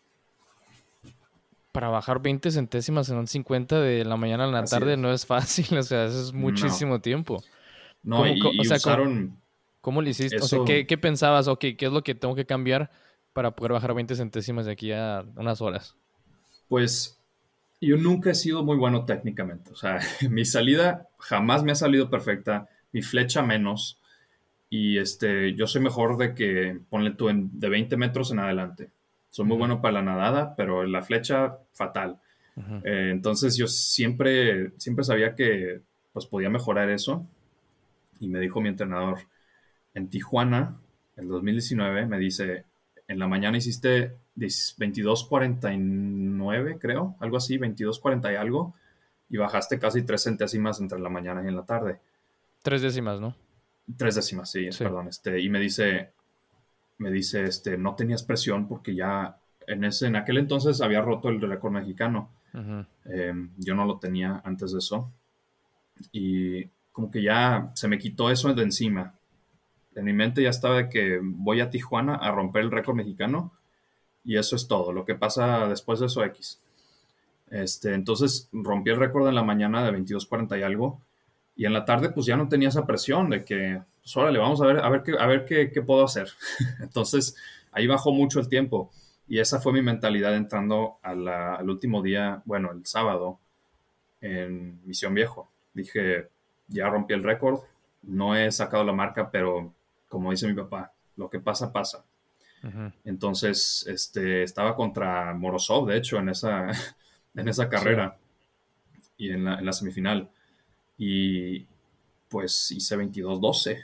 para bajar veinte centésimas en un cincuenta de la mañana a la Así tarde es. no es fácil, o sea, eso es No, muchísimo tiempo. no, ¿Cómo, co- y, o y sea, cómo, usaron cómo le hiciste? O sea, eso. ¿qué, qué pensabas? Ok, ¿qué es lo que tengo que cambiar para poder bajar veinte centésimas de aquí a unas horas? Pues yo nunca he sido muy bueno técnicamente. O sea, mi salida jamás me ha salido perfecta, mi flecha menos. Y este, yo soy mejor de que, ponle tú, en, de veinte metros en adelante. Soy muy Ujú, bueno para la nadada, pero en la flecha, fatal. ujú. Eh, entonces yo siempre, siempre sabía que pues podía mejorar eso. Y me dijo mi entrenador, en Tijuana, en dos mil diecinueve, me dice, en la mañana hiciste veintidós cuarenta y nueve, creo, algo así, veintidós cuarenta y algo, y bajaste casi tres centésimas entre la mañana y en la tarde. Tres décimas, ¿no? Tres décimas, sí, Sí. perdón. Este, y me dice, me dice, este, no tenías presión porque ya en, ese, en aquel entonces había roto el récord mexicano. Ujú. Eh, yo no lo tenía antes de eso. Y como que ya se me quitó eso de encima. En mi mente ya estaba de que voy a Tijuana a romper el récord mexicano y eso es todo. Lo que pasa después de eso, X. Este, entonces rompí el récord en la mañana de veintidós cuarenta y algo y en la tarde pues ya no tenía esa presión de que, pues órale, vamos a ver, a ver qué, a ver qué, qué puedo hacer. Entonces ahí bajó mucho el tiempo y esa fue mi mentalidad entrando a la- al último día, bueno, el sábado en Misión Viejo. Dije, ya rompí el récord, no he sacado la marca, pero como dice mi papá, lo que pasa, pasa. Ujú. Entonces, este, estaba contra Morozov, de hecho, en esa, en esa Sí. carrera y en la, en la semifinal. Y pues hice veintidós doce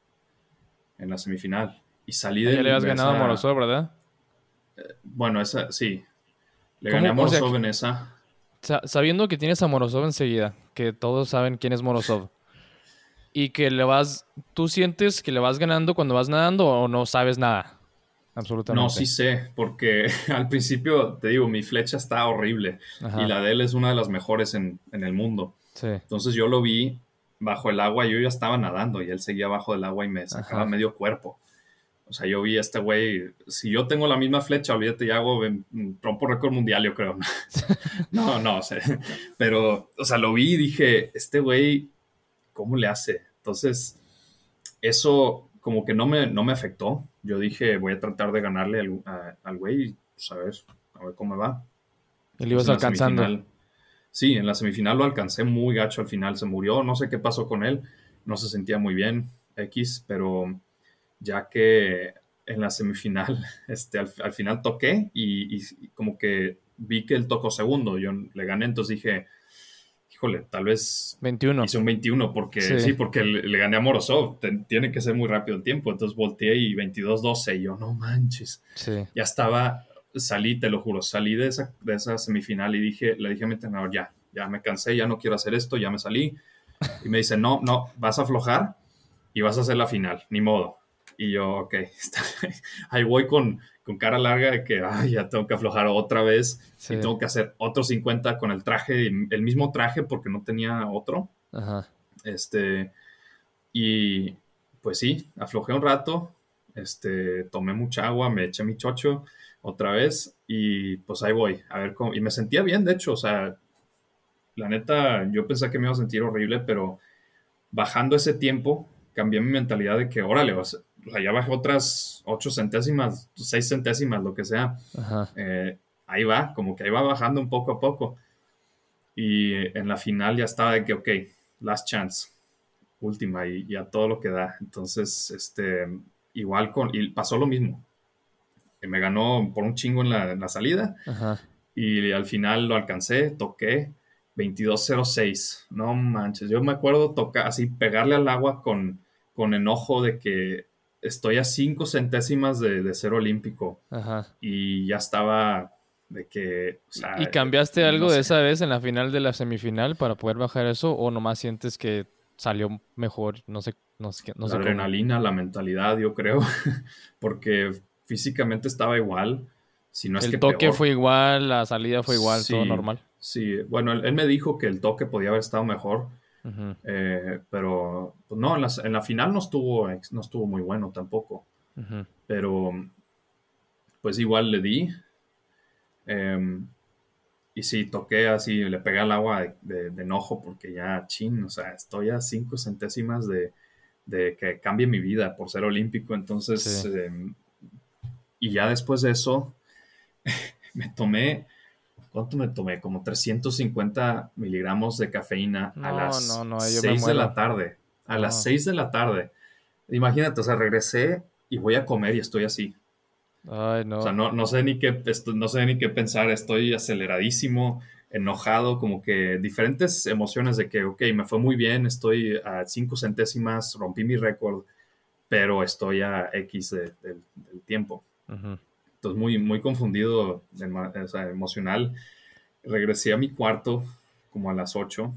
en la semifinal. Y salí Allá le del- habías de ganado a esa, Morozov, ¿verdad? bueno, esa, sí, le gané ¿Cómo? a O sea, Morozov en esa. sa- sabiendo que tienes a Morozov enseguida, que todos saben quién es Morozov, y que le vas, ¿tú sientes que le vas ganando cuando vas nadando o no sabes nada? No, sí Absolutamente. sé, porque al principio, te digo, mi flecha está horrible y Ajá, la de él es una de las mejores en, en el mundo. sí, Entonces yo lo vi bajo el agua, yo ya estaba nadando y él seguía bajo el agua y me sacaba ajá. medio cuerpo. O sea, yo vi a este güey, si yo tengo la misma flecha, olvídate, ya hago, em, rompo récord mundial, yo creo. No, no, o sea, pero, o sea, lo vi y dije, este güey, ¿cómo le hace? Entonces, eso como que no me, no me afectó. Yo dije, voy a tratar de ganarle al, a- al güey y pues, a ver, a ver cómo me va. Y le Pues ibas en la alcanzando. semifinal, sí, en la semifinal lo alcancé muy gacho al final, se murió, no sé qué pasó con él, no se sentía muy bien, X, pero ya que en la semifinal, este, al, al final toqué y, y- y como que vi que él tocó segundo, yo le gané, entonces dije, híjole, tal vez Veintiuno. hice un veintiuno porque Sí, sí, porque le, le gané a Morozov, te- tiene que ser muy rápido el tiempo, entonces volteé y veintidós doce y yo, no manches, sí. ya estaba, salí, te lo juro, salí de esa, de esa semifinal y dije, le dije a mi entrenador, ya, ya me cansé, ya no quiero hacer esto, ya me salí, y me dice, no, no, vas a aflojar y vas a hacer la final, ni modo. Y yo, ok, está, ahí voy con, con cara larga de que ay, ya tengo que aflojar otra vez y Sí. tengo que hacer otro cincuenta con el traje, el mismo traje porque no tenía otro. Ajá. Este, y pues sí, aflojé un rato, este, tomé mucha agua, me eché mi chocho otra vez y pues ahí voy, a ver cómo, y me sentía bien, de hecho, o sea, la neta, yo pensé que me iba a sentir horrible, pero bajando ese tiempo, cambié mi mentalidad de que, órale, o sea, ya bajé otras ocho centésimas, seis centésimas, lo que sea. Ajá. Eh, ahí va, como que ahí va bajando un poco a poco. Y en la final ya estaba de que, ok, last chance, última, y, y a todo lo que da. Entonces, este, igual con, y pasó lo mismo. Me ganó por un chingo en la, en la salida Ajá. y al final lo alcancé, toqué veintidós cero seis. No manches, yo me acuerdo tocar así, pegarle al agua con, con enojo de que estoy a cinco centésimas de, de cero olímpico Ajá. y ya estaba de que, o ¿Y sea, y eh, cambiaste no algo de sé, esa vez en la final de la semifinal para poder bajar eso o nomás sientes que salió mejor? No sé, no sé, qué- no la sé cómo. adrenalina, la mentalidad, yo creo, porque físicamente estaba igual, si no es El que toque peor. fue igual, la salida fue igual, todo Sí, normal. sí, bueno, él, él me dijo que el toque podía haber estado mejor. Ujú, Eh, pero pues no, en la, en la final no estuvo, ex- no estuvo muy bueno tampoco. ujú. Pero pues igual le di. eh, y sí, toqué así, le pegué al agua de, de- de enojo porque ya, chin, o sea, estoy a cinco centésimas de, de que cambie mi vida por ser olímpico. Entonces, Sí. eh, y ya después de eso, me tomé, ¿cuánto me tomé? Como trescientos cincuenta miligramos de cafeína a No, no, las no, yo me seis de la muero. tarde. A las No. seis de la tarde. Imagínate, o sea, regresé y voy a comer y estoy así. Ay, O sea, no. no, no sé ni qué, esto- no sé ni qué pensar, estoy aceleradísimo, enojado, como que diferentes emociones de que, ok, me fue muy bien, estoy a cinco centésimas, rompí mi récord, pero estoy a X de- del del tiempo. Ujú. Entonces, muy, muy confundido, ema- o sea, emocional. Regresé a mi cuarto como a las ocho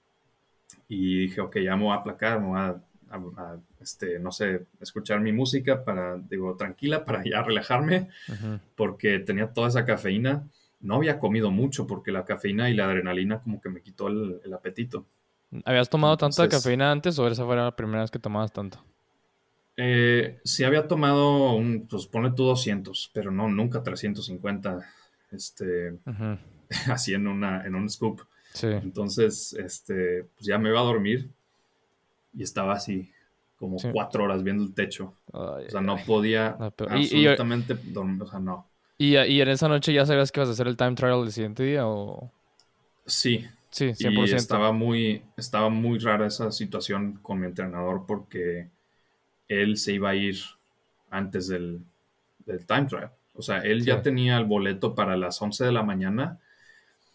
y dije, ok, ya me voy a aplacar, me voy a, a- a, este, no sé, escuchar mi música para, digo, tranquila, para ya relajarme, Ujú. porque tenía toda esa cafeína. No había comido mucho porque la cafeína y la adrenalina como que me quitó el, el apetito. ¿Habías tomado tanta Entonces, cafeína antes o esa fue la primera vez que tomabas tanto? eh, sí había tomado un, pues ponle tú doscientos, pero no, nunca trescientos cincuenta, este, Ujú. así en una, en un scoop. Sí. Entonces, este, pues ya me iba a dormir y estaba así como Sí. cuatro horas viendo el techo. Ay, O sea, ay, ay. no podía No, pero- y, y, absolutamente dormir, o sea, no. y, y en esa noche ya sabías que ibas a hacer el time trial el siguiente día o... Sí, Sí, cien por y ciento. estaba muy, estaba muy rara esa situación con mi entrenador porque él se iba a ir antes del, del time trial. O sea, él Sí. ya tenía el boleto para las once de la mañana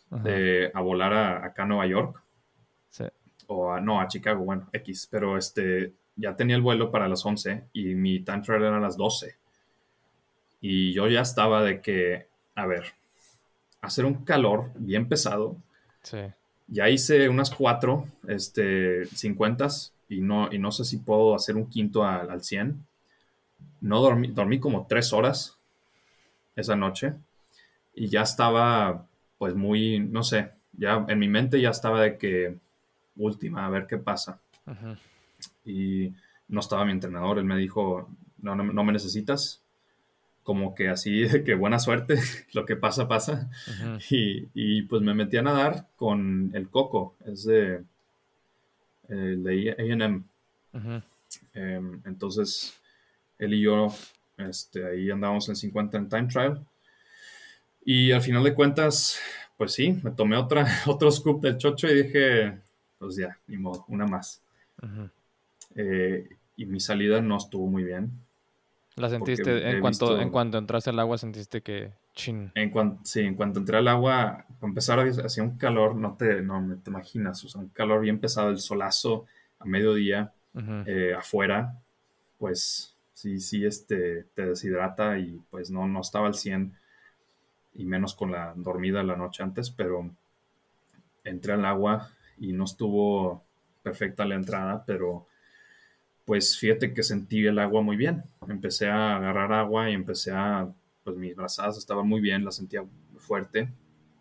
Ajá. eh, a volar a, acá a Nueva York, Sí. o a, no, a Chicago, bueno, X, pero este, ya tenía el vuelo para las once y mi time trial era a las doce. Y yo ya estaba de que, a ver, hacer un calor bien pesado. Sí. Ya hice unas cuatro, este, cincuenta y no, y no sé si puedo hacer un quinto al, al cien. No dormí, dormí como tres horas esa noche y ya estaba, pues muy, no sé, ya en mi mente ya estaba de que última, a ver qué pasa. Ujú. Y no estaba mi entrenador, él me dijo, no, no, no me necesitas, como que así, de que buena suerte, lo que pasa, pasa. Ujú. Y, y pues me metí a nadar con el Coco, es de, eh, de A and M. Ujú. Eh, entonces, él y yo, este, ahí andábamos en cincuenta en time trial. Y al final de cuentas, pues sí, me tomé otra, otro scoop del chocho y dije, pues ya, ni modo, una más. Ujú. Eh, y mi salida no estuvo muy bien, La porque sentiste, en he cuanto, en visto, cuanto entraste al agua, sentiste que, chin. en cuanto, sí, en cuanto entré al agua, para empezar, hacía un calor, no te, no me te imaginas, o sea, un calor bien pesado, el solazo a mediodía, Ujú. eh, afuera, pues sí, sí, este, te deshidrata y pues no, no estaba al cien y menos con la dormida la noche antes, pero entré al agua y no estuvo perfecta la entrada, pero pues fíjate que sentí el agua muy bien. Empecé a agarrar agua y empecé a, pues mis brazadas estaban muy bien, las sentía fuerte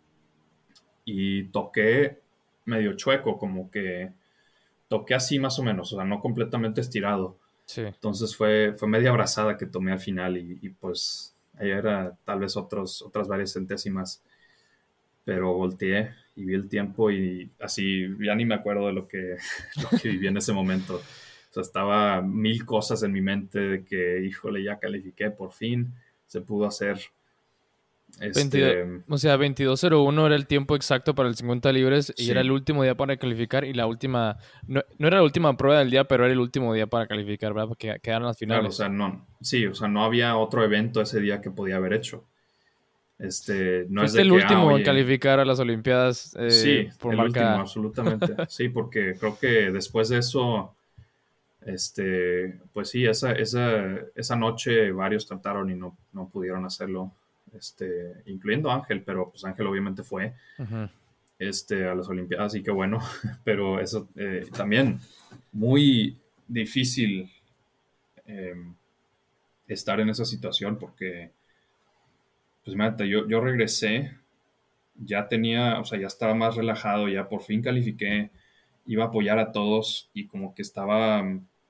y toqué medio chueco, como que toqué así más o menos, o sea, no completamente estirado. Sí. Entonces fue, fue media brazada que tomé al final y, y pues ahí era tal vez otros, otras varias centésimas, pero volteé y vi el tiempo y así ya ni me acuerdo de lo que, lo que viví en ese momento. O sea, estaba mil cosas en mi mente de que, híjole, ya califiqué, por fin se pudo hacer. veintidós, Este, o sea, veintidós cero uno era el tiempo exacto para el cincuenta libres y era sí, el último día para calificar y la última, no, no era la última prueba del día, pero era el último día para calificar, ¿verdad? Porque quedaron las claro, o finales. sea, no, sí, o sea, no había otro evento ese día que podía haber hecho. Este, no es Fuiste de el que, ah, último en oye, calificar a las Olimpiadas eh, sí, por el último, marca. absolutamente. Sí, porque creo que después de eso, este, pues sí, esa, esa, esa noche varios trataron y no, no pudieron hacerlo, este, incluyendo Ángel, pero pues Ángel obviamente fue, Ujú. este, a las Olimpiadas y qué bueno, pero eso eh, también muy difícil eh, estar en esa situación porque, pues imagínate, yo, yo regresé, ya tenía, o sea, ya estaba más relajado, ya por fin califiqué, iba a apoyar a todos y como que estaba,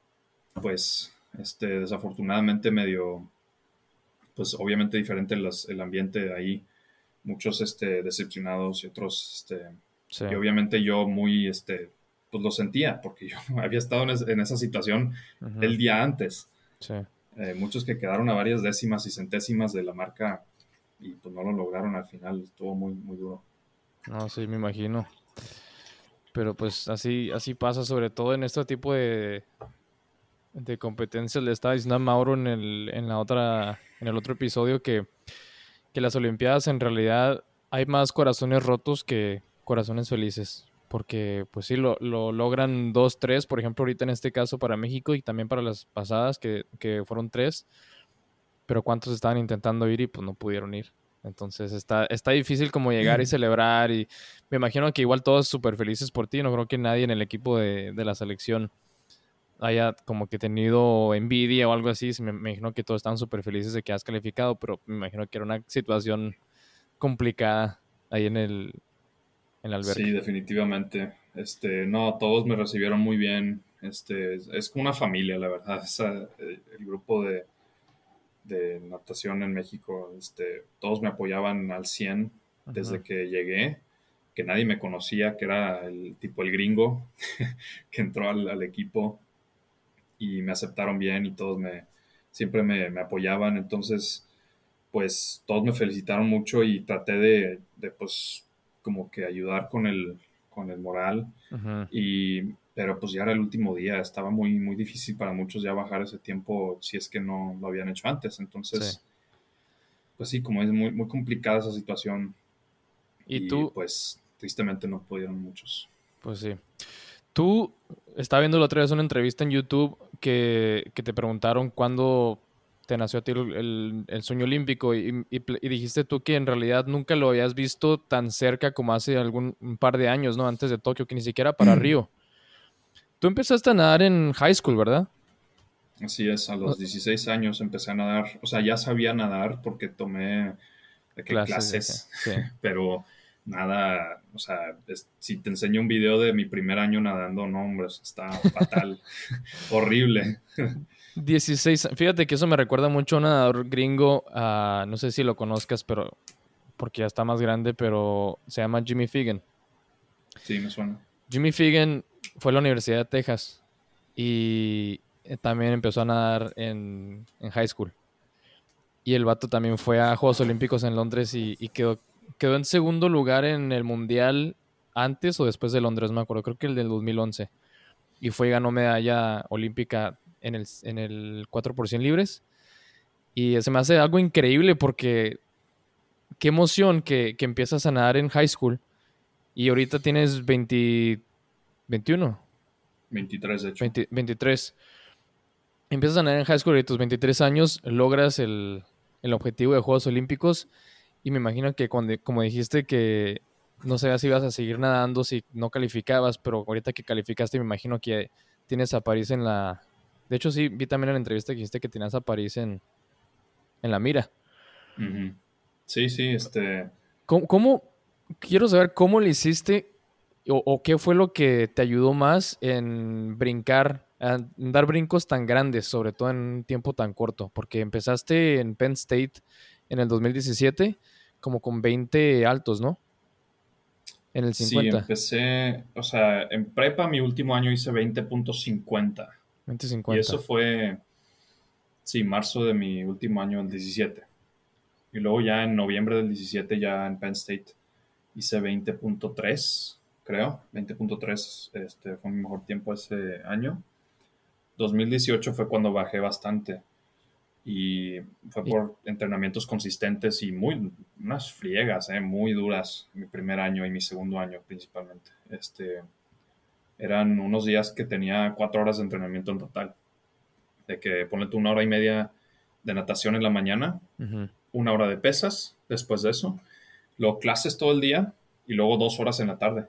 pues, este, desafortunadamente medio, pues obviamente diferente las- el ambiente de ahí, muchos, este, decepcionados y otros, este, Sí. y obviamente yo muy, este, pues lo sentía porque yo había estado en, es- en esa situación Ujú. el día antes. Sí. Eh, muchos que quedaron a varias décimas y centésimas de la marca y pues no lo lograron al final, estuvo muy, muy duro. No, sí, me imagino. Pero pues así, así pasa, sobre todo en este tipo de, de competencias. Le estaba diciendo a Mauro en el, en la otra, en el otro episodio que, que las Olimpiadas en realidad hay más corazones rotos que corazones felices. Porque pues sí, lo, lo logran dos, tres, por ejemplo, ahorita en este caso para México y también para las pasadas que, que fueron tres, pero cuántos estaban intentando ir y pues no pudieron ir. Entonces está, está difícil como llegar y celebrar y me imagino que igual todos súper felices por ti, no creo que nadie en el equipo de, de la selección haya como que tenido envidia o algo así, me, me imagino que todos estaban súper felices de que has calificado, pero me imagino que era una situación complicada ahí en el, en la Sí, alberca. definitivamente. Este, no, todos me recibieron muy bien. Este, es, es como una familia, la verdad. Esa, eh, el grupo de, de natación en México, este, todos me apoyaban al cien Ujú. desde que llegué, que nadie me conocía, que era el tipo el gringo que entró al, al equipo y me aceptaron bien y todos me, siempre me, me apoyaban. Entonces, pues todos me felicitaron mucho y traté de, de, pues como que ayudar con el, con el moral. Ujú. Y, pero pues ya era el último día, estaba muy, muy difícil para muchos ya bajar ese tiempo si es que no lo habían hecho antes. Sí. Entonces, pues sí, como es muy, muy complicada esa situación. Y y tú, pues tristemente no pudieron muchos. pues sí. Tú, estaba viendo la otra vez una entrevista en YouTube que, que te preguntaron cuándo te nació a ti el, el- el sueño olímpico y, y pl- y dijiste tú que en realidad nunca lo habías visto tan cerca como hace algún un par de años, ¿no? Antes de Tokio, que ni siquiera para Río. Tú empezaste a nadar en high school, ¿verdad? Así es, a O- los dieciséis años empecé a nadar, o sea, ya sabía nadar porque tomé de que Clases de que, clases, sí. pero nada, o sea, es- si te enseño un video de mi primer año nadando, no, hombre, eso está fatal, horrible. dieciséis, fíjate que eso me recuerda mucho a un nadador gringo, ah, no sé si lo conozcas, pero porque ya está más grande, pero se llama Jimmy Figan. Sí, me suena. Jimmy Figan fue a la Universidad de Texas y eh, también empezó a nadar en, en high school. Y el vato también fue a Juegos Olímpicos en Londres y, y quedó, quedó en segundo lugar en el Mundial antes o después de Londres, no me acuerdo, creo que el del dos mil once. Y fue y ganó medalla olímpica en el, en el cuatro por cien libres. Y se me hace algo increíble porque qué emoción que, que empiezas a nadar en high school y ahorita tienes veinte, veintiuno, veintitrés, de hecho. veinte, veintitrés. Empiezas a nadar en high school y a tus veintitrés años logras el, el objetivo de Juegos Olímpicos y me imagino que cuando, como dijiste que no sabías si ibas a seguir nadando, si no calificabas, pero ahorita que calificaste me imagino que tienes a París en la... De hecho sí, vi también en la entrevista que dijiste que tenías a París en, en la mira. Ujú. Sí, sí, este, ¿Cómo, cómo- quiero saber cómo le hiciste o, o qué fue lo que te ayudó más en brincar, en dar brincos tan grandes, sobre todo en un tiempo tan corto? Porque empezaste en Penn State en el dos mil diecisiete como con veinte altos, ¿no? En el sí, cincuenta, empecé, o sea, en prepa mi último año hice veinte punto cincuenta. veinte Y eso cincuenta. fue, sí, marzo de mi último año, el diecisiete. Y luego ya en noviembre del diecisiete ya en Penn State hice veinte punto tres, creo. veinte punto tres este, fue mi mejor tiempo ese año. dos mil dieciocho fue cuando bajé bastante. Y fue Y, por entrenamientos consistentes y muy, unas friegas, eh, muy duras, mi primer año y mi segundo año principalmente. Este, eran unos días que tenía cuatro horas de entrenamiento en total. De que ponle tú una hora y media de natación en la mañana, ujú. una hora de pesas después de eso, luego clases todo el día y luego dos horas en la tarde.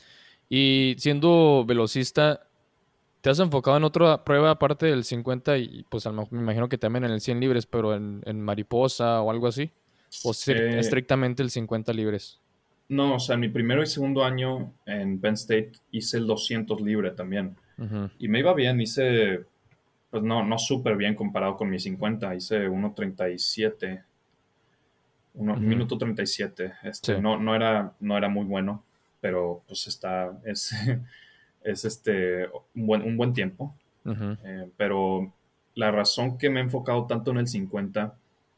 Y siendo velocista, ¿te has enfocado en otra prueba aparte del cincuenta y pues a lo mejor me imagino que también en el cien libres, pero en, en mariposa o algo así? ¿O cir- Eh, estrictamente el cincuenta libres? no, o sea, en mi primero y segundo año en Penn State hice el doscientos libre también. Ujú, Y me iba bien, hice, pues no, no súper bien comparado con mi cincuenta, hice uno treinta y siete, uno, un ujú. minuto treinta y siete. Sí. Este, no, no era, no era muy bueno, pero pues está, es, es este, un buen, un buen tiempo. Ujú. Eh, pero la razón que me he enfocado tanto en el cincuenta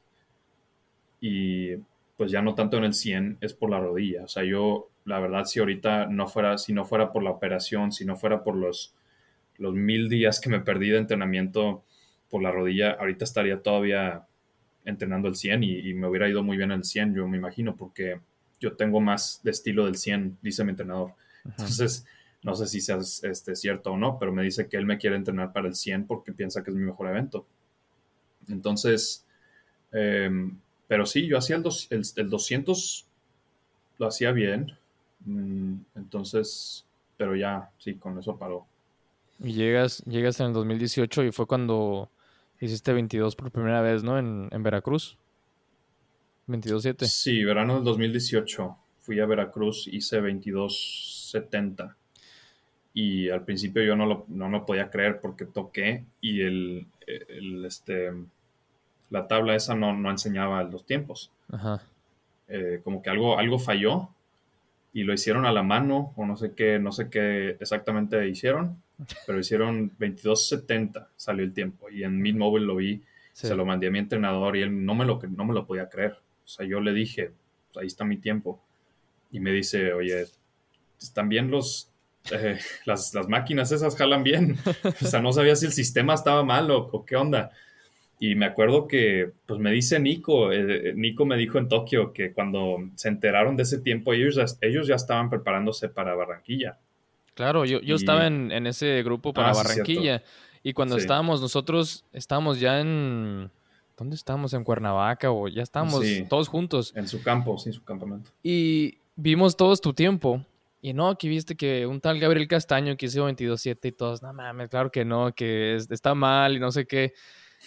y pues ya no tanto en el cien es por la rodilla. O sea, yo, la verdad, si ahorita no fuera, si no fuera por la operación, si no fuera por los, los mil días que me perdí de entrenamiento por la rodilla, ahorita estaría todavía entrenando el cien y, y me hubiera ido muy bien en el cien, yo me imagino, porque yo tengo más de estilo del cien, dice mi entrenador. Ujú. Entonces, no sé si sea este, cierto o no, pero me dice que él me quiere entrenar para el cien porque piensa que es mi mejor evento. Entonces, eh, pero sí, yo hacía el, dos, el, el doscientos, lo hacía bien. Mm, entonces, pero ya, sí, con eso paró. Y llegas, llegas en el dos mil dieciocho y fue cuando hiciste veintidós por primera vez, ¿no? En, en Veracruz. veintidós siete. Sí, verano del dos mil dieciocho fui a Veracruz, hice veintidós setenta y al principio yo no lo, no lo podía creer porque toqué y el, el, este, la tabla esa no, no enseñaba los tiempos. Ajá. Eh, como que algo, algo falló y lo hicieron a la mano o no sé qué, no sé qué exactamente hicieron, pero hicieron veintidós setenta salió el tiempo y en Midmobile lo vi, se Sí. lo mandé a mi entrenador y él no me lo, no me lo podía creer. O sea, yo le dije, pues ahí está mi tiempo. Y me dice, oye, ¿están bien los, eh, las, las máquinas esas jalan bien? O sea, no sabía si el sistema estaba mal o, o qué onda. Y me acuerdo que, pues me dice Nico, eh, Nico me dijo en Tokio que cuando se enteraron de ese tiempo, ellos ya, ellos ya estaban preparándose para Barranquilla. Claro, yo, yo estaba Y, en, en ese grupo para ah, sí, cierto. Barranquilla y cuando Sí, estábamos nosotros, estábamos ya en... ¿Dónde estábamos? En Cuernavaca o ya estábamos sí, todos juntos en su campo, sí, su campamento. y vimos todos tu tiempo. Y no, aquí viste que un tal Gabriel Castaño que hizo veintidós siete y todos, no mames, claro que no, que es- está mal y no sé qué.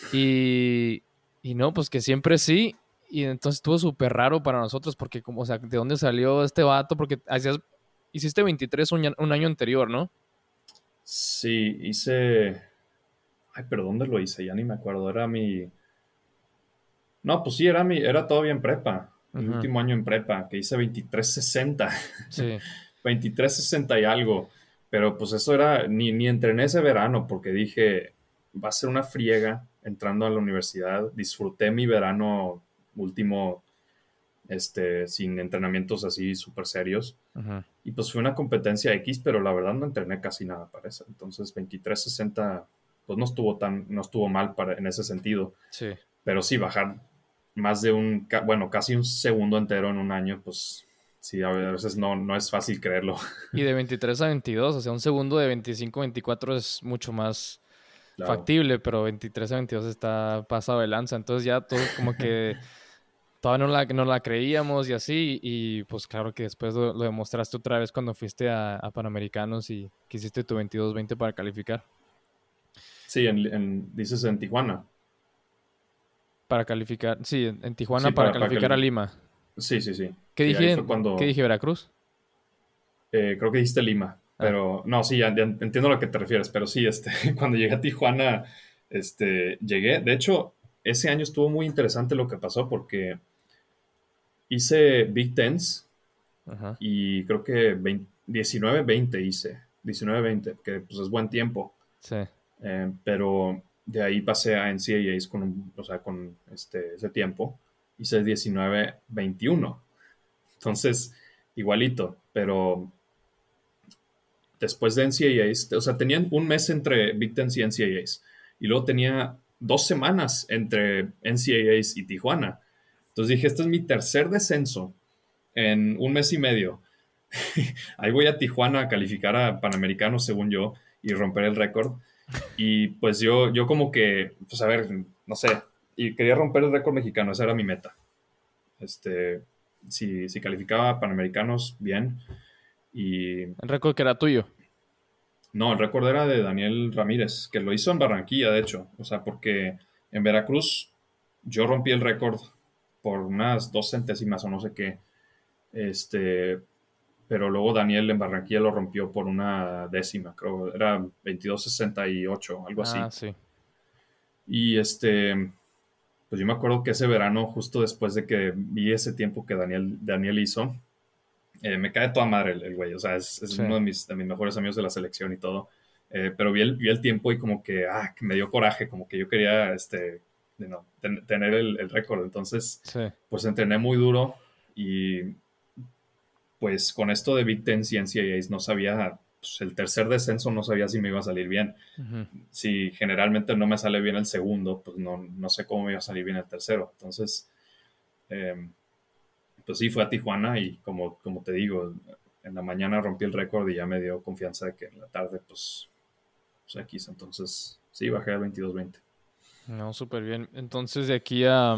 Y, y no, pues que siempre sí. Y entonces estuvo súper raro para nosotros porque, como, o sea, ¿de dónde salió este vato? Porque hacías, hiciste veintitrés un, un año anterior, ¿no? Sí, hice... Ay, pero ¿dónde lo hice? Ya ni me acuerdo. Era mi... No, pues sí, era mi... Era todavía en prepa. Mi Ujú. último año en prepa, que hice veintitrés sesenta. Sí, veintitrés sesenta y algo. Pero pues eso era... Ni, ni entrené ese verano porque dije, va a ser una friega entrando a la universidad. Disfruté mi verano último, este, sin entrenamientos así súper serios. ujú, Y pues fue una competencia X, pero la verdad no entrené casi nada para eso. Entonces veintitrés sesenta pues no estuvo tan, no estuvo mal para, en ese sentido. sí. Pero sí, bajar más de un, ca- bueno, casi un segundo entero en un año, pues sí, a veces no, no es fácil creerlo. Y de veintitrés a veintidós, o sea, un segundo de veinticinco a veinticuatro es mucho más Claro. factible, pero veintitrés a veintidós está pasado de lanza. Entonces ya todos como que todavía no la, no la creíamos y así. Y pues claro que después lo, lo demostraste otra vez cuando fuiste a, a Panamericanos y que hiciste tu veintidós veinte para calificar. Sí, en, en- dices en Tijuana. Para calificar, sí, en, en Sí, Tijuana para para, para calificar a calificar. Lima. Sí, sí, sí. ¿Qué Sí, ahí dije? fue ¿Qué cuando, dije, Veracruz? eh, creo que dijiste Lima, Ah, pero no, sí, ya, ya entiendo a lo que te refieres, pero sí, este, cuando llegué a Tijuana, este, llegué, de hecho, ese año estuvo muy interesante lo que pasó porque hice Big Tens ajá, y creo que veinte diecinueve veinte hice, diecinueve veinte, que pues es buen tiempo, sí. eh, pero de ahí pasé a N C A As con, un- o sea, con este, ese tiempo, hice diecinueve veintiuno, entonces igualito, pero después de N C A As, o sea, tenían un mes entre Big Ten y N C A As. Y luego tenía dos semanas entre N C A As y Tijuana. Entonces dije, este es mi tercer descenso en un mes y medio. Ahí voy a Tijuana a calificar a Panamericanos, según yo, y romper el récord. Y pues yo, yo como que, pues a ver, no sé, y quería romper el récord mexicano, esa era mi meta. Este, si, si calificaba a Panamericanos, bien. Y El récord que era tuyo. no, el récord era de Daniel Ramírez, que lo hizo en Barranquilla, de hecho. O sea, porque en Veracruz yo rompí el récord por unas dos centésimas o no sé qué. Este, pero luego Daniel en Barranquilla lo rompió por una décima, creo. Era veintidós sesenta y ocho, algo Ah, así. sí. Y este, pues yo me acuerdo que ese verano, justo después de que vi ese tiempo que Daniel, Daniel hizo, eh, me cae toda madre el, el güey, o sea, es, es Sí. uno de mis, de mis mejores amigos de la selección y todo. Eh, pero vi el, vi el tiempo y como que, ah, que me dio coraje, como que yo quería, este, you know, ten- tener el, el récord. Entonces, Sí. pues entrené muy duro y pues con esto de Big Ten y N C A As no sabía, pues el tercer descenso no sabía si me iba a salir bien. Ujú. Si generalmente no me sale bien el segundo, pues no, no sé cómo me iba a salir bien el tercero. Entonces, eh, pues sí, fue a Tijuana y como, como te digo, en la mañana rompí el récord y ya me dio confianza de que en la tarde, pues, pues X. Entonces, sí, bajé a veintidós veinte. No, súper bien. Entonces, de aquí a,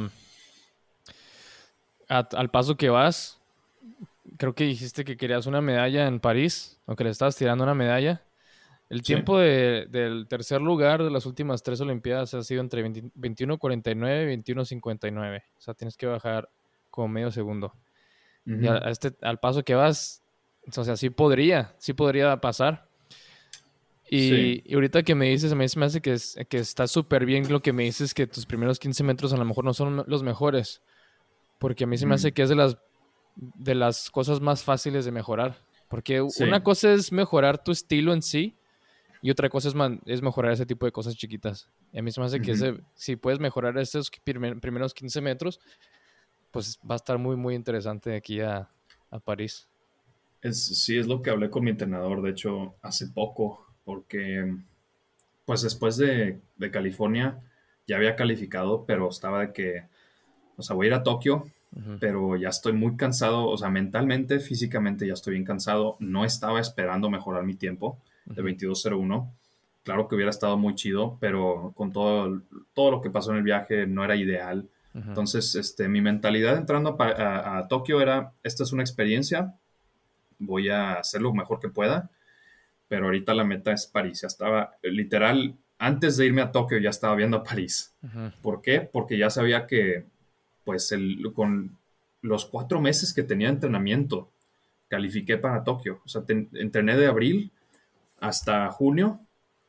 a- al paso que vas, creo que dijiste que querías una medalla en París, o que le estabas tirando una medalla. El Sí. tiempo de- del tercer lugar de las últimas tres Olimpiadas ha sido entre veinte veintiuno cuarenta y nueve y veintiuno cincuenta y nueve. O sea, tienes que bajar como medio segundo. Y a, Ujú. a este, al paso que vas, o sea, sí podría, sí podría pasar. Sí. Y, y ahorita que me dices, a mí se me hace que, es, que está súper bien lo que me dices, que tus primeros quince metros a lo mejor no son los mejores. Porque a mí se me Ujú. hace que es de las, de las cosas más fáciles de mejorar. Porque una Sí. cosa es mejorar tu estilo en sí y otra cosa es, man- es mejorar ese tipo de cosas chiquitas. Y a mí se me hace que Ujú. ese, si puedes mejorar esos primer- primeros quince metros, pues va a estar muy, muy interesante de aquí a, a París. Es, sí, es lo que hablé con mi entrenador, de hecho, hace poco, porque pues después de, de California ya había calificado, pero estaba de que, o sea, voy a ir a Tokio, Ujú, pero ya estoy muy cansado, o sea, mentalmente, físicamente ya estoy bien cansado. No estaba esperando mejorar mi tiempo de ujú, veintidós cero uno. Claro que hubiera estado muy chido, pero con todo, todo lo que pasó en el viaje no era ideal. ujú. Entonces, este, mi mentalidad entrando a, Pa- a- a Tokio era, esta es una experiencia, voy a hacer lo mejor que pueda, pero ahorita la meta es París. Ya estaba, literal, antes de irme a Tokio ya estaba viendo a París. Ujú, ¿Por qué? Porque ya sabía que, pues, el, con los cuatro meses que tenía de entrenamiento, califiqué para Tokio. O sea, te- entrené de abril hasta junio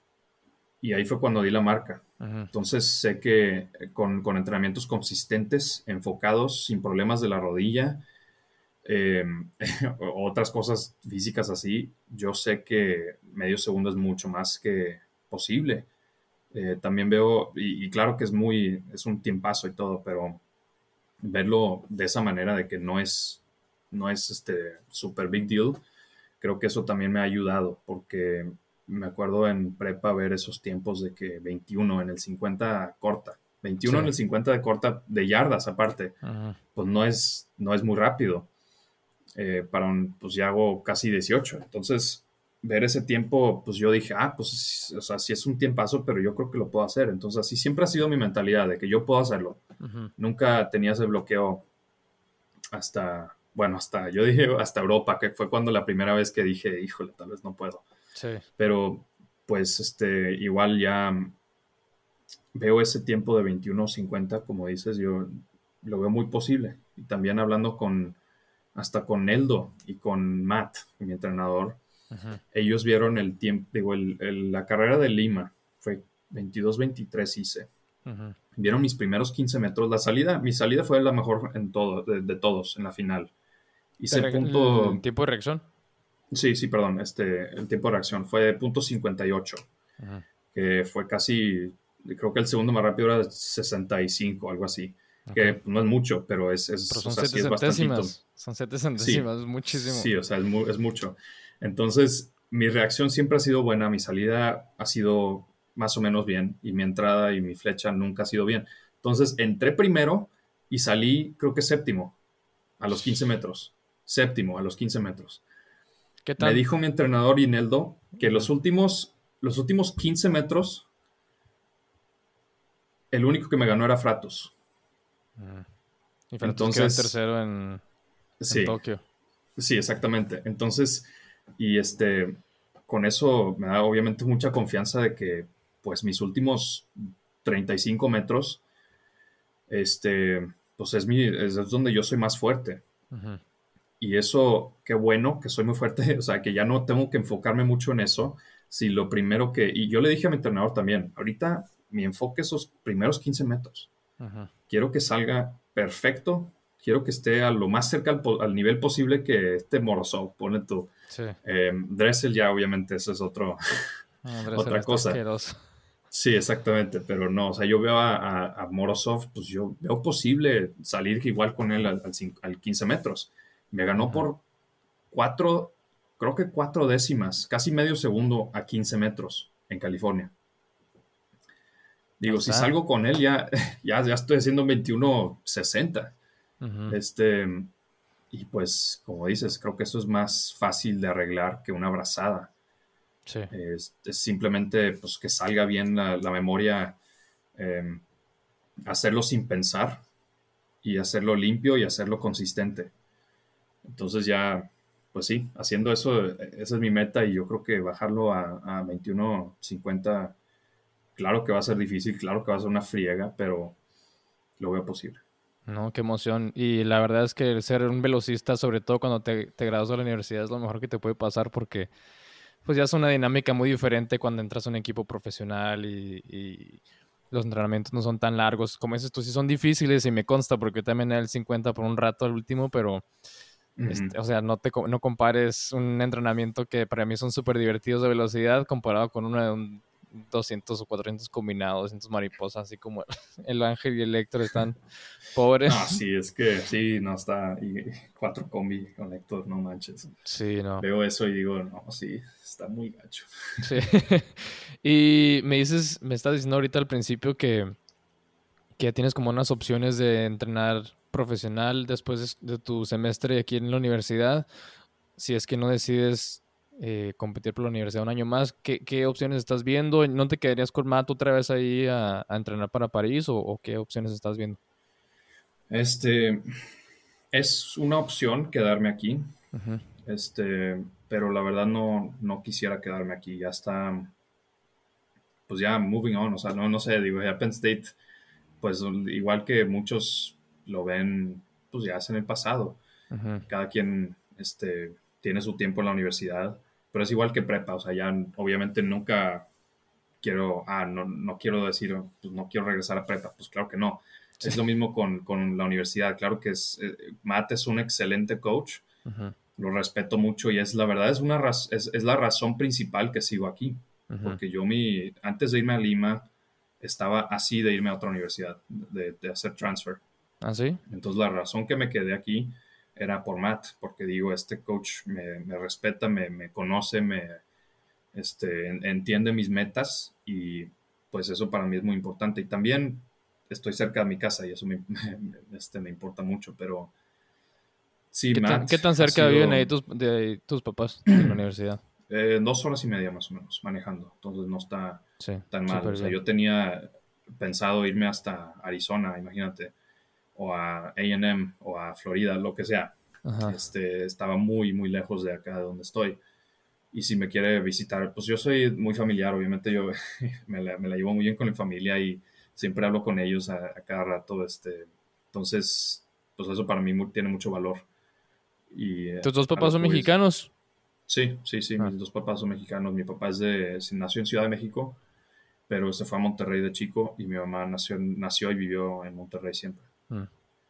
y ahí fue cuando di la marca. ujú. Entonces sé que con, con entrenamientos consistentes, enfocados, sin problemas de la rodilla, eh, o otras cosas físicas así, yo sé que medio segundo es mucho más que posible. Eh, también veo, y, y claro que es muy, es un tiempazo y todo, pero verlo de esa manera de que no es, no es este super big deal, creo que eso también me ha ayudado, porque me acuerdo en prepa ver esos tiempos de que veintiuno en el cincuenta corta, Sí. veintiuno en el cincuenta de corta de yardas aparte, Ujú, pues no es, no es muy rápido. Eh, para un, pues ya hago casi dieciocho. Entonces, ver ese tiempo, pues yo dije, ah, pues, o sea, sí es un tiempazo, pero yo creo que lo puedo hacer. Entonces, así siempre ha sido mi mentalidad de que yo puedo hacerlo. ujú. Nunca tenía ese bloqueo hasta, bueno, hasta, yo dije hasta Europa, que fue cuando la primera vez que dije, híjole, tal vez no puedo. Sí. Pero, pues, este, igual ya veo ese tiempo de veintiuno cincuenta, como dices, yo lo veo muy posible. Y también hablando con, hasta con Neldo y con Matt, mi entrenador, Ujú, ellos vieron el tiempo, digo, el, el- la carrera de Lima, fue veintidós veintitrés hice. ujú. Vieron mis primeros quince metros. La salida, mi salida fue la mejor en todo, de, de todos en la final. ¿Te Hice re- ¿El punto, tiempo de reacción? sí, sí, perdón, este, el tiempo de reacción fue punto cincuenta y ocho, Ujú, que fue casi, creo que el segundo más rápido era sesenta y cinco, algo así, ok. que no es mucho, pero es, Pero es o son sea, siete sí es bastantito. centésimas. Son siete Sí, centésimas, es muchísimo. sí, o sea, es, mu- es mucho. Entonces, mi reacción siempre ha sido buena, mi salida ha sido más o menos bien y mi entrada y mi flecha nunca ha sido bien. Entonces, entré primero y salí, creo que séptimo, a los quince metros. Séptimo, a los quince metros. ¿Qué Me tan? dijo mi entrenador Ineldo que Ujú, los últimos, los últimos quince metros, el único que me ganó era Fratos. ujú. Y Fratus quedó en Entonces, tercero en, en sí, Tokio. sí, exactamente. Entonces, y este, con eso me da obviamente mucha confianza de que, pues, mis últimos treinta y cinco metros, este, pues es mi, es donde yo soy más fuerte. Ujú, Y eso, qué bueno que soy muy fuerte, o sea, que ya no tengo que enfocarme mucho en eso. Si lo primero que, y yo le dije a mi entrenador también, ahorita mi enfoque es esos primeros quince metros. ujú. Quiero que salga perfecto, quiero que esté a lo más cerca al, po- al nivel posible que este Morozov, pone tú. Sí. Eh, Dressel ya obviamente eso es otro, Andrés, él otra está cosa. asqueroso. Sí, exactamente, pero no, o sea, yo veo a, a, a Morozov, pues yo veo posible salir igual con él al, al, cin- al quince metros. Me ganó Ujú. por cuatro, creo que cuatro décimas, casi medio segundo a quince metros en California. Ahí Digo, si está. salgo con él ya, ya, ya estoy haciendo veintiuno sesenta. Ujú. Este, y pues, como dices, creo que eso es más fácil de arreglar que una abrazada. Sí. Es, es simplemente pues, que salga bien la, la memoria, eh, hacerlo sin pensar y hacerlo limpio y hacerlo consistente. Entonces ya, pues sí, haciendo eso, eh, esa es mi meta y yo creo que bajarlo a, a veintiuno cincuenta, claro que va a ser difícil, claro que va a ser una friega, pero lo veo posible. No, qué emoción. Y la verdad es que el ser un velocista, sobre todo cuando te, te gradúas de la universidad, es lo mejor que te puede pasar porque pues ya es una dinámica muy diferente cuando entras a un equipo profesional y, y los entrenamientos no son tan largos. Como dices tú, sí son difíciles y me consta porque yo también era el cincuenta por un rato al último, pero Ujú. este, o sea, no te co- no compares un entrenamiento que para mí son súper divertidos de velocidad comparado con uno de un doscientos o cuatrocientos combinados, doscientos mariposas, así como el Ángel y el Héctor están No, pobres. sí, es que sí, no está. Y cuatro combi con Héctor, no manches. Sí, no. Veo eso y digo, no, sí, está muy gacho. Sí. Y me dices, me estás diciendo ahorita al principio que que ya tienes como unas opciones de entrenar profesional después de, de tu semestre aquí en la universidad. Si es que no decides eh, competir por la universidad un año más, ¿qué, qué opciones estás viendo? ¿No te quedarías con Matt otra vez ahí a, a entrenar para París o, o qué opciones estás viendo? Este, es una opción quedarme aquí, Ujú. este, pero la verdad no, no quisiera quedarme aquí. Ya está, pues ya moving on, o sea, no, no sé, digo, ya Penn State, pues igual que muchos lo ven, pues ya es en el pasado. Ujú. Cada quien, este, tiene su tiempo en la universidad, pero es igual que prepa, o sea, ya obviamente nunca quiero, ah, no, no quiero decir, pues no quiero regresar a prepa, pues claro que no. Sí. Es lo mismo con, con la universidad, claro que es, eh, Matt es un excelente coach, Ujú. lo respeto mucho y es la verdad, es, una raz- es, es la razón principal que sigo aquí, Ujú. porque yo mi, antes de irme a Lima, estaba así de irme a otra universidad, de, de hacer transfer. ¿Ah, sí? Entonces la razón que me quedé aquí era por Matt, porque digo, este coach me, me respeta, me, me conoce, me este, en- entiende mis metas y pues eso para mí es muy importante. Y también estoy cerca de mi casa y eso me, me- este, me importa mucho, pero sí, ¿Qué tan, Matt qué tan ha cerca viven ahí sido tus, de ahí tus papás de la universidad? eh, dos horas y media más o menos manejando, entonces no está Sí, tan mal. O súper sea, bien. yo tenía pensado irme hasta Arizona, imagínate, o a A and M o a Florida, lo que sea. Ajá. Este, estaba muy, muy lejos de acá de donde estoy. Y si me quiere visitar, pues yo soy muy familiar, obviamente yo me la, me la llevo muy bien con mi familia y siempre hablo con ellos a, a cada rato, este, entonces, pues eso para mí mu- tiene mucho valor. Y eh, ¿Tus dos a papás lo son que voy es, mexicanos? sí, sí, sí, Ah, mis dos papás son mexicanos, mi papá es de, sí, nació en Ciudad de México, pero se fue a Monterrey de chico y mi mamá nació, nació y vivió en Monterrey siempre. mm.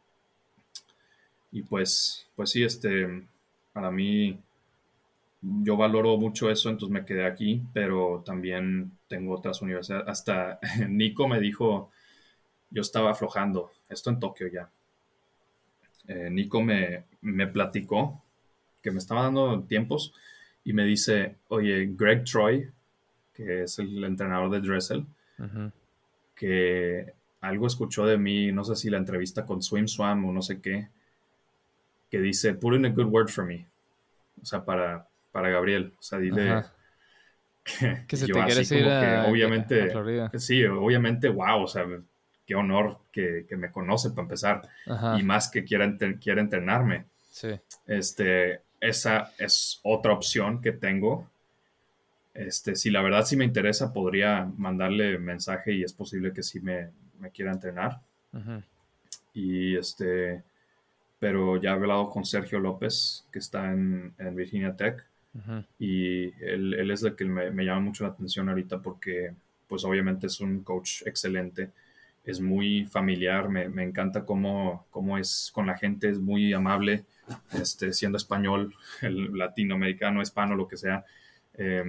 Y pues, pues sí, este, para mí yo valoro mucho eso, entonces me quedé aquí, pero también tengo otras universidades. Hasta Nico me dijo, yo estaba aflojando, esto en Tokio ya. Eh, Nico me, me platicó que me estaba dando tiempos y me dice, oye, Greg Troy, que es el entrenador de Dressel, Ujú. que algo escuchó de mí, no sé si la entrevista con Swim Swam o no sé qué, que dice, put in a good word for me, o sea, para, para Gabriel, o sea, dile, Ajá. Que y si yo te así quieres ir como que, a, a obviamente, Florida. sí, obviamente, wow, o sea, qué honor que, que me conoce para empezar, y Ajá. más que quiera, ent- quiera entrenarme. Sí. Este, esa es otra opción que tengo. Este, si la verdad sí me interesa, podría mandarle mensaje y es posible que sí me, me quiera entrenar. Ujú. Y este, pero ya he hablado con Sergio López, que está en, en Virginia Tech, Ujú. y él, él es el que me, me llama mucho la atención ahorita porque pues obviamente es un coach excelente, es muy familiar, me, me encanta cómo, cómo es con la gente, es muy amable, este, siendo español, el latinoamericano, hispano, lo que sea. Eh,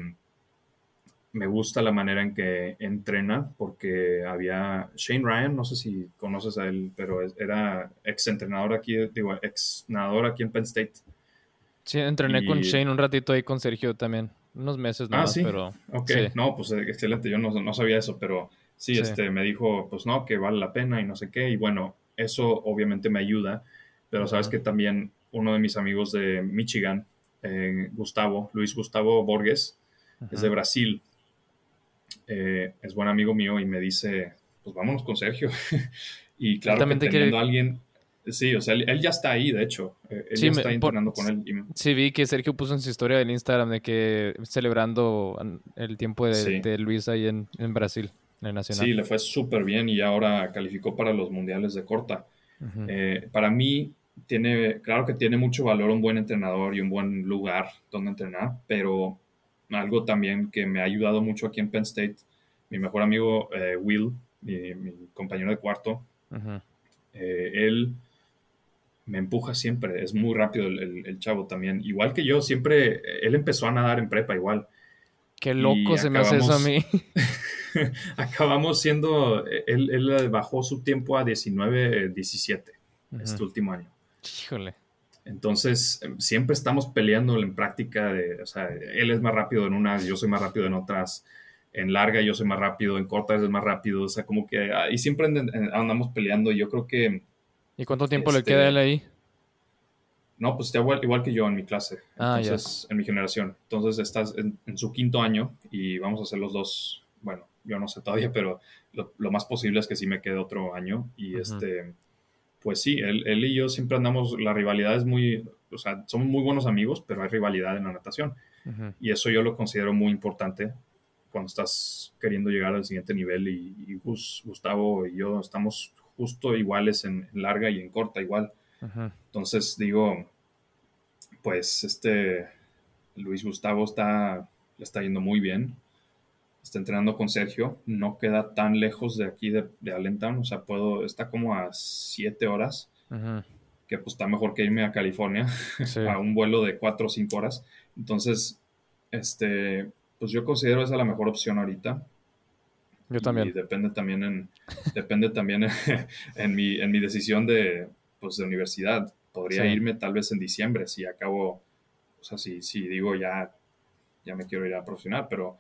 Me gusta la manera en que entrena porque había Shane Ryan, no sé si conoces a él, pero es- era ex entrenador aquí, digo, ex nadador aquí en Penn State. Sí, entrené con Y, Shane un ratito ahí con Sergio también. Unos meses ah, nomás, sí, pero ok, sí, no, pues eh, excelente, yo no, no sabía eso, pero sí, sí. este, me dijo, pues no, que vale la pena y no sé qué, y bueno, eso obviamente me ayuda, pero sabes Ujú. que también uno de mis amigos de Michigan, eh, Gustavo, Luis Gustavo Borges, es de Ujú. Brasil, eh, es buen amigo mío y me dice, pues vámonos con Sergio. Y Él claro que también te teniendo quiere. a alguien, sí, o sea, él, él ya está ahí, de hecho, eh, él Sí, ya me, está ahí por- entrenando con él. Y, sí vi que Sergio puso en su historia del Instagram de que celebrando an- el tiempo de, sí, de Luis ahí en, en Brasil, en el sí, Nacional. le fue súper bien y ahora calificó para los mundiales de corta. Ujú. Eh, para mí, tiene, claro que tiene mucho valor un buen entrenador y un buen lugar donde entrenar, pero algo también que me ha ayudado mucho aquí en Penn State, mi mejor amigo eh, Will, mi, mi compañero de cuarto, Ujú. eh, él me empuja siempre, es muy rápido el, el- el chavo también. Igual que yo, siempre, él empezó a nadar en prepa igual Qué y loco se me hace eso a acabamos, mí. acabamos siendo, él, él bajó su tiempo a diecinueve diecisiete Ujú. este último año. Híjole. Entonces, em, siempre estamos peleando en práctica de, o sea, él es más rápido en unas, yo soy más rápido en otras, en larga yo soy más rápido, en corta es más rápido, o sea, como que, ah, y siempre and- and- andamos peleando y yo creo que, ¿Y cuánto tiempo le queda a él este, ahí? no, pues está igual, igual que yo en mi clase, Ah, ya. entonces, en mi generación. Entonces estás en, en su quinto año y vamos a hacer los dos, bueno, yo no sé todavía, pero lo, lo más posible es que sí me quede otro año. Y Ujú, este, pues sí, él, él y yo siempre andamos, la rivalidad es muy, o sea, somos muy buenos amigos, pero hay rivalidad en la natación. ujú. Y eso yo lo considero muy importante cuando estás queriendo llegar al siguiente nivel. Y, y Gus- Gustavo y yo estamos justo iguales en, en larga y en corta igual. Ujú. Entonces digo, pues este Luis Gustavo está, le está yendo muy bien. Está entrenando con Sergio. No queda tan lejos de aquí de, de Allentown. O sea, puedo, está como a siete horas, Ujú. que pues está mejor que irme a California Sí, a un vuelo de cuatro o cinco horas. Entonces, este, pues yo considero esa la mejor opción ahorita. yo Y también. depende también en, depende también en, en mi, en mi decisión de, pues, de universidad. Sí, Podría irme tal vez en diciembre si acabo, o sea, si, si digo ya, ya me quiero ir a profesional, pero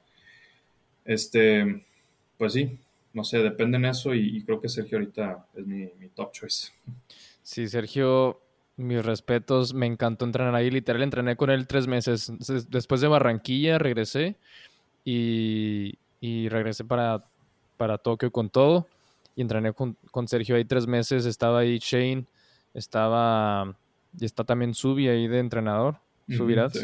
este, pues sí, no sé, depende en eso y, y creo que Sergio ahorita es mi, mi top choice. sí, Sergio, mis respetos, me encantó entrenar ahí, literal, entrené con él tres meses. Entonces, después de Barranquilla regresé y, y regresé para, para Tokio con todo y entrené con, con Sergio ahí tres meses, estaba ahí Shane, estaba, y está también Subi ahí de entrenador, Ujú, sí. Subirats,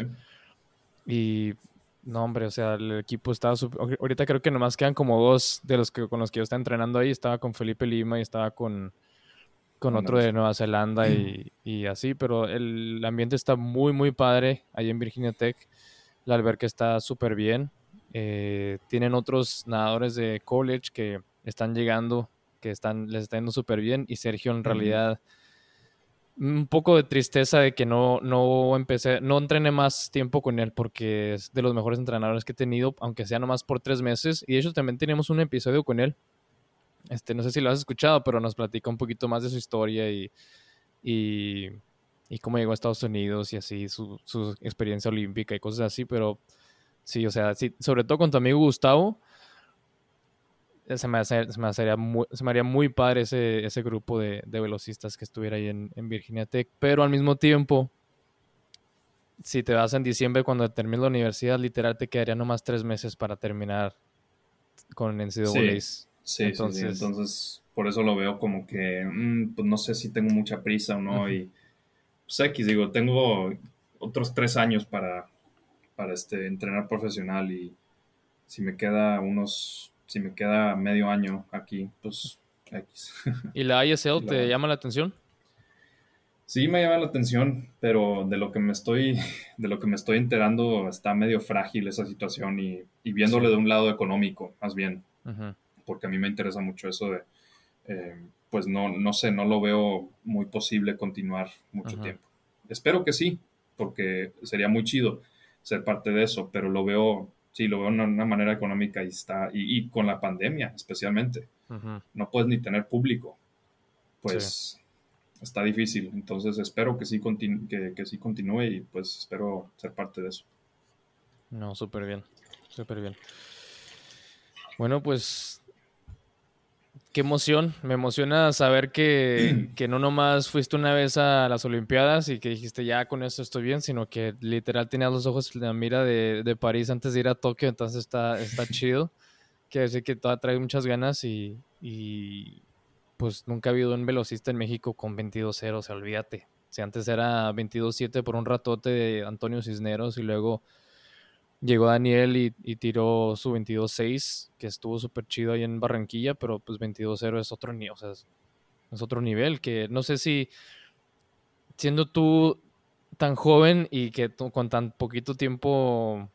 y no, hombre, o sea, el equipo estaba súper- ahor- ahorita creo que nomás quedan como dos de los que con los que yo estaba entrenando ahí, estaba con Felipe Lima y estaba con con otro Ándale, de sí. Nueva Zelanda y, y así, pero el ambiente está muy, muy padre ahí en Virginia Tech. La alberca está súper bien. Eh, tienen otros nadadores de college que están llegando, que están, les está yendo súper bien. Y Sergio, en Ujú. realidad, un poco de tristeza de que no, no empecé, no entrené más tiempo con él porque es de los mejores entrenadores que he tenido, aunque sea nomás por tres meses. Y de hecho también tenemos un episodio con él. Este, no sé si lo has escuchado, pero nos platica un poquito más de su historia y, y, y cómo llegó a Estados Unidos y así, su, su experiencia olímpica y cosas así, pero sí, o sea, sí, sobre todo con tu amigo Gustavo, eh, se me, hace- se me, hacería muy, se me haría muy padre ese, ese grupo de, de velocistas que estuviera ahí en, en Virginia Tech, pero al mismo tiempo, si te vas en diciembre cuando termines la universidad, literal te quedaría nomás tres meses para terminar con N C A Sí, As. sí, sí, sí. Entonces, Entonces, por eso lo veo como que, mm, pues no sé si tengo mucha prisa o no. ujú, Y pues X, digo, tengo otros tres años para, para este, entrenar profesional y si me queda unos, si me queda medio año aquí, pues X. ¿y la Sí, I S L la te verdad. llama la atención? Sí me llama la atención, pero de lo que me estoy, de lo que me estoy enterando está medio frágil esa situación y, y Sí. viéndole de un lado económico, más bien, Ujú, porque a mí me interesa mucho eso de, eh, pues no, no sé, no lo veo muy posible continuar mucho ujú. tiempo. Espero que sí, porque sería muy chido ser parte de eso, pero lo veo, sí, lo veo de una, una manera económica y está, y, y con la pandemia especialmente, Ujú, no puedes ni tener público, sí, pues está difícil. Entonces espero que sí, continu que, que sí continúe y pues espero ser parte de eso. no, súper bien, súper bien. Bueno, pues qué emoción, me emociona saber que, que no nomás fuiste una vez a las Olimpiadas y que dijiste ya con esto estoy bien, sino que literal tenías los ojos en la mira de, de París antes de ir a Tokio, entonces está, está chido. Quiere decir que todavía trae muchas ganas y, y pues nunca ha habido un velocista en México con veintidós cero, o sea, olvídate. Si antes era veintidós siete por un ratote de Antonio Cisneros y luego llegó Daniel y, y tiró su veintidós seis, que estuvo súper chido ahí en Barranquilla, pero pues veintidós cero es otro, ni- o sea, es, es otro nivel, que no sé si siendo tú tan joven y que tú con tan poquito tiempo,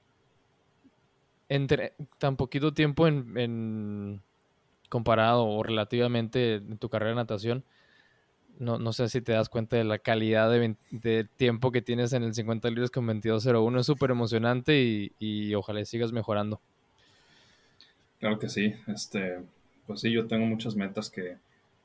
entre, tan poquito tiempo en, en comparado o relativamente en tu carrera de natación, no, no sé si te das cuenta de la calidad de, vein- de tiempo que tienes en el cincuenta libras con veintidós cero uno. Es súper emocionante y, y ojalá sigas mejorando. Claro que sí, este, pues sí, yo tengo muchas metas que,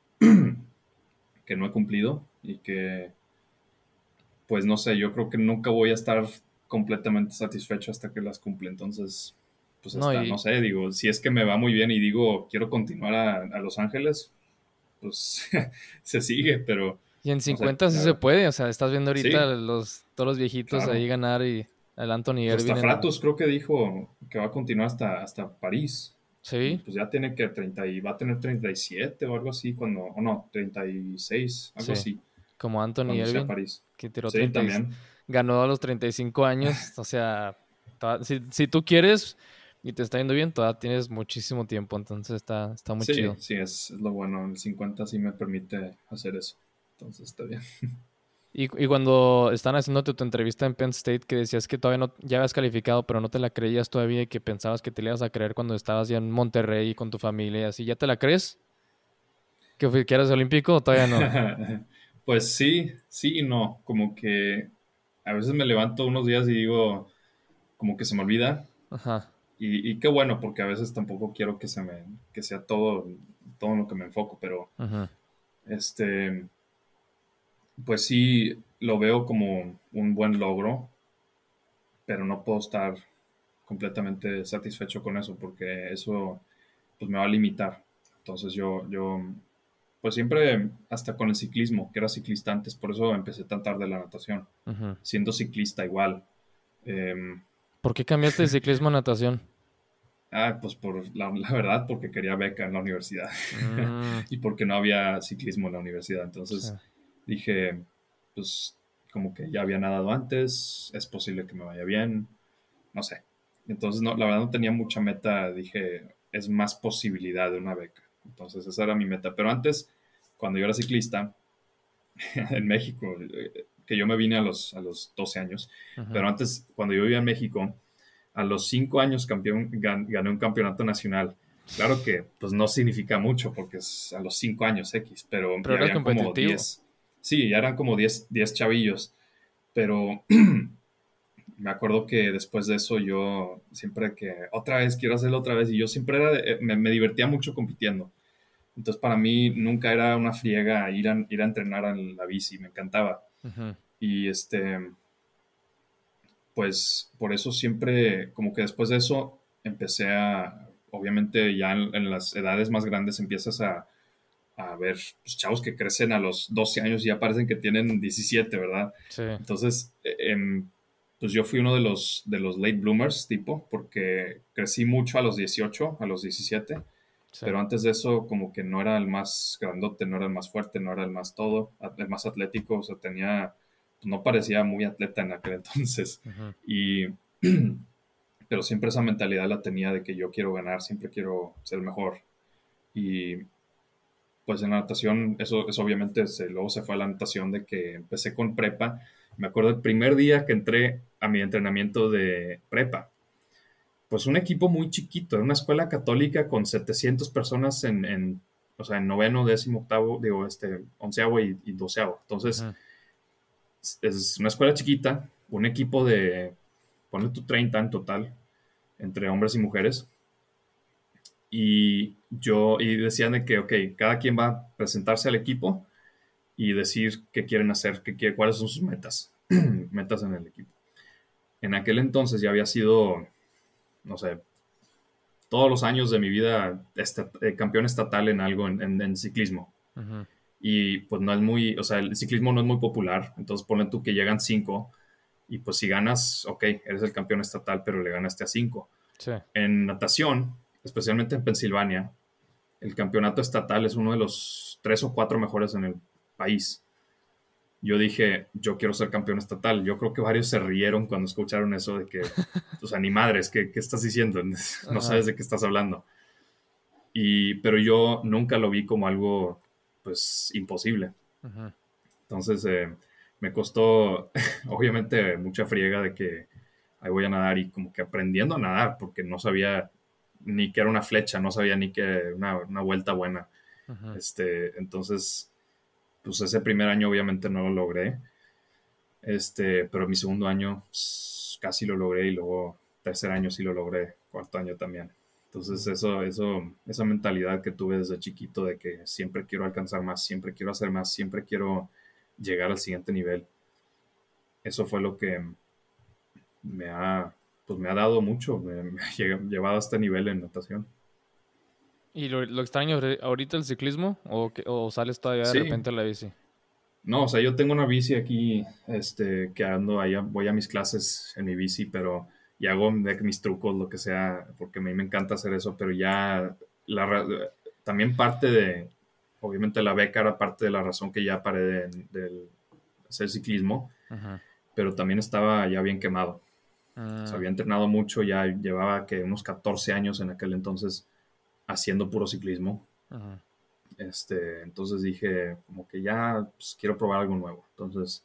que no he cumplido y que, pues no sé, yo creo que nunca voy a estar completamente satisfecho hasta que las cumple. Entonces, pues No, hasta, no y, sé, digo, si es que me va muy bien y digo, quiero continuar a, a Los Ángeles, pues se sigue, pero y en no sé, cincuenta sí la se verdad. puede. O sea, estás viendo ahorita Sí, los, todos los viejitos ahí claro. ganar y el Anthony Pues Irving hasta en... Fratos creo que dijo que va a continuar hasta, hasta París. Y Sí, pues ya tiene que treinta y va a tener treinta y siete o algo así cuando, o no, treinta y seis, algo sí. así, Como Anthony cuando sea Irving, París. que tiró Sí, treinta y... también. ganó a los treinta y cinco años. O sea, toda- si, si tú quieres y te está yendo bien, todavía tienes muchísimo tiempo. Entonces está, está muy Sí, chido. sí, es, es lo bueno. El cincuenta sí me permite hacer eso. Entonces está bien. Y, y cuando están haciéndote tu entrevista en Penn State, que decías que todavía no, ya habías calificado, pero no te la creías todavía y que pensabas que te la ibas a creer cuando estabas ya en Monterrey con tu familia y así, ¿ya te la crees? ¿Que, fui- que eras olímpico o todavía no? Pues sí, sí y no. Como que a veces me levanto unos días y digo, como que se me olvida. Ajá. Y, y qué bueno, porque a veces tampoco quiero que se me, que sea todo, todo en lo que me enfoco, pero Ujú, este, pues sí lo veo como un buen logro, pero no puedo estar completamente satisfecho con eso, porque eso pues me va a limitar. Entonces yo, yo, pues siempre, hasta con el ciclismo, que era ciclista antes, por eso empecé tan tarde la natación, ujú. siendo ciclista igual. Em, ¿Por qué cambiaste de ciclismo a natación? Ah, pues por la, la verdad, porque quería beca en la universidad Mm, y porque no había ciclismo en la universidad. sí. Entonces dije, pues como que ya había nadado antes, es posible que me vaya bien, no sé. Entonces, no, la verdad no tenía mucha meta, dije, es más posibilidad de una beca. Entonces, esa era mi meta. Pero antes, cuando yo era ciclista en México, eh, que yo me vine a los, a los doce años, Ujú. pero antes, cuando yo vivía en México, a los cinco años campeón, gan- gané un campeonato nacional. Claro que pues no significa mucho porque es a los cinco años X, pero Pero ya eras habían como competitivo. diez. Sí, ya eran como diez diez chavillos, pero me acuerdo que después de eso yo siempre que otra vez quiero hacerlo otra vez y yo siempre era de- eh, me, me divertía mucho compitiendo. Entonces para mí nunca era una friega ir a, ir a entrenar en la bici, me encantaba. Ujú, Y este, pues por eso siempre, como que después de eso, empecé a, obviamente ya en, en las edades más grandes empiezas a, a ver pues, chavos que crecen a los doce años y ya parecen que tienen diecisiete, ¿verdad? sí, Entonces, eh, em, pues yo fui uno de los, de los late bloomers, tipo, porque crecí mucho a los dieciocho, a los diecisiete, sí. pero antes de eso como que no era el más grandote, no era el más fuerte, no era el más todo, el más atlético, o sea, tenía, no parecía muy atleta en aquel entonces. Ujú. Y, pero siempre esa mentalidad la tenía de que yo quiero ganar, siempre quiero ser mejor. Y pues en la natación, eso, eso obviamente se, luego se fue a la natación de que empecé con prepa. Me acuerdo el primer día que entré a mi entrenamiento de prepa, pues un equipo muy chiquito, era una escuela católica con setecientas personas en, en, o sea, en noveno, décimo, octavo, digo, este, onceavo y, y doceavo. Entonces, Ujú. es una escuela chiquita, un equipo de, ponle tú treinta en total, entre hombres y mujeres. Y yo, y decían de que, ok, cada quien va a presentarse al equipo y decir qué quieren hacer, qué, qué, cuáles son sus metas, metas en el equipo. En aquel entonces ya había sido, no sé, todos los años de mi vida esta- eh, campeón estatal en algo en, en- en ciclismo. Ujú. Y pues no es muy, o sea, el ciclismo no es muy popular, entonces ponle tú que llegan cinco y pues si ganas, ok, eres el campeón estatal, pero le ganaste a cinco. Sí. En natación, especialmente en Pensilvania, el campeonato estatal es uno de los tres o cuatro mejores en el país. Yo dije, yo quiero ser campeón estatal. Yo creo que varios se rieron cuando escucharon eso de que, o sea, ni madres, ¿qué, qué estás diciendo? No sabes Ajá. de qué estás hablando. Y, pero yo nunca lo vi como algo, pues, imposible. Ujú. Entonces, eh, me costó, obviamente, mucha friega de que ahí voy a nadar y como que aprendiendo a nadar, porque no sabía ni que era una flecha, no sabía ni que una, una vuelta buena. Ujú. Este, entonces, pues ese primer año obviamente no lo logré. Este, pero mi segundo año pues, casi lo logré y luego tercer año sí lo logré, cuarto año también. Entonces Ujú. eso, eso, esa mentalidad que tuve desde chiquito de que siempre quiero alcanzar más, siempre quiero hacer más, siempre quiero llegar al siguiente nivel. Eso fue lo que me ha pues me ha dado mucho, me, me ha lleg- llevado a este nivel en natación. ¿Y lo, lo extraño ahori- ahorita el ciclismo? ¿O, que- o sales todavía de Sí, repente a la bici? no, o sea, yo tengo una bici aquí, este, que ando allá, voy a mis clases en mi bici, pero y hago de que mis trucos, lo que sea, porque a mí me encanta hacer eso, pero ya la, ra- también parte de, obviamente la beca era parte de la razón que ya paré de, de hacer ciclismo, Ujú. pero también estaba ya bien quemado. O sea, Mm, había entrenado mucho, ya llevaba que unos catorce años en aquel entonces haciendo puro ciclismo. ujú, Este, entonces dije, como que ya pues, quiero probar algo nuevo. Entonces,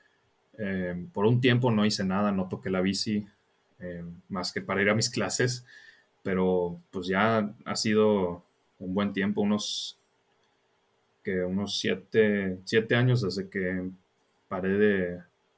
eh, por un tiempo no hice nada, no toqué la bici, eh, más que para ir a mis clases, pero pues ya ha sido un buen tiempo, unos, que unos siete, siete años desde que paré de,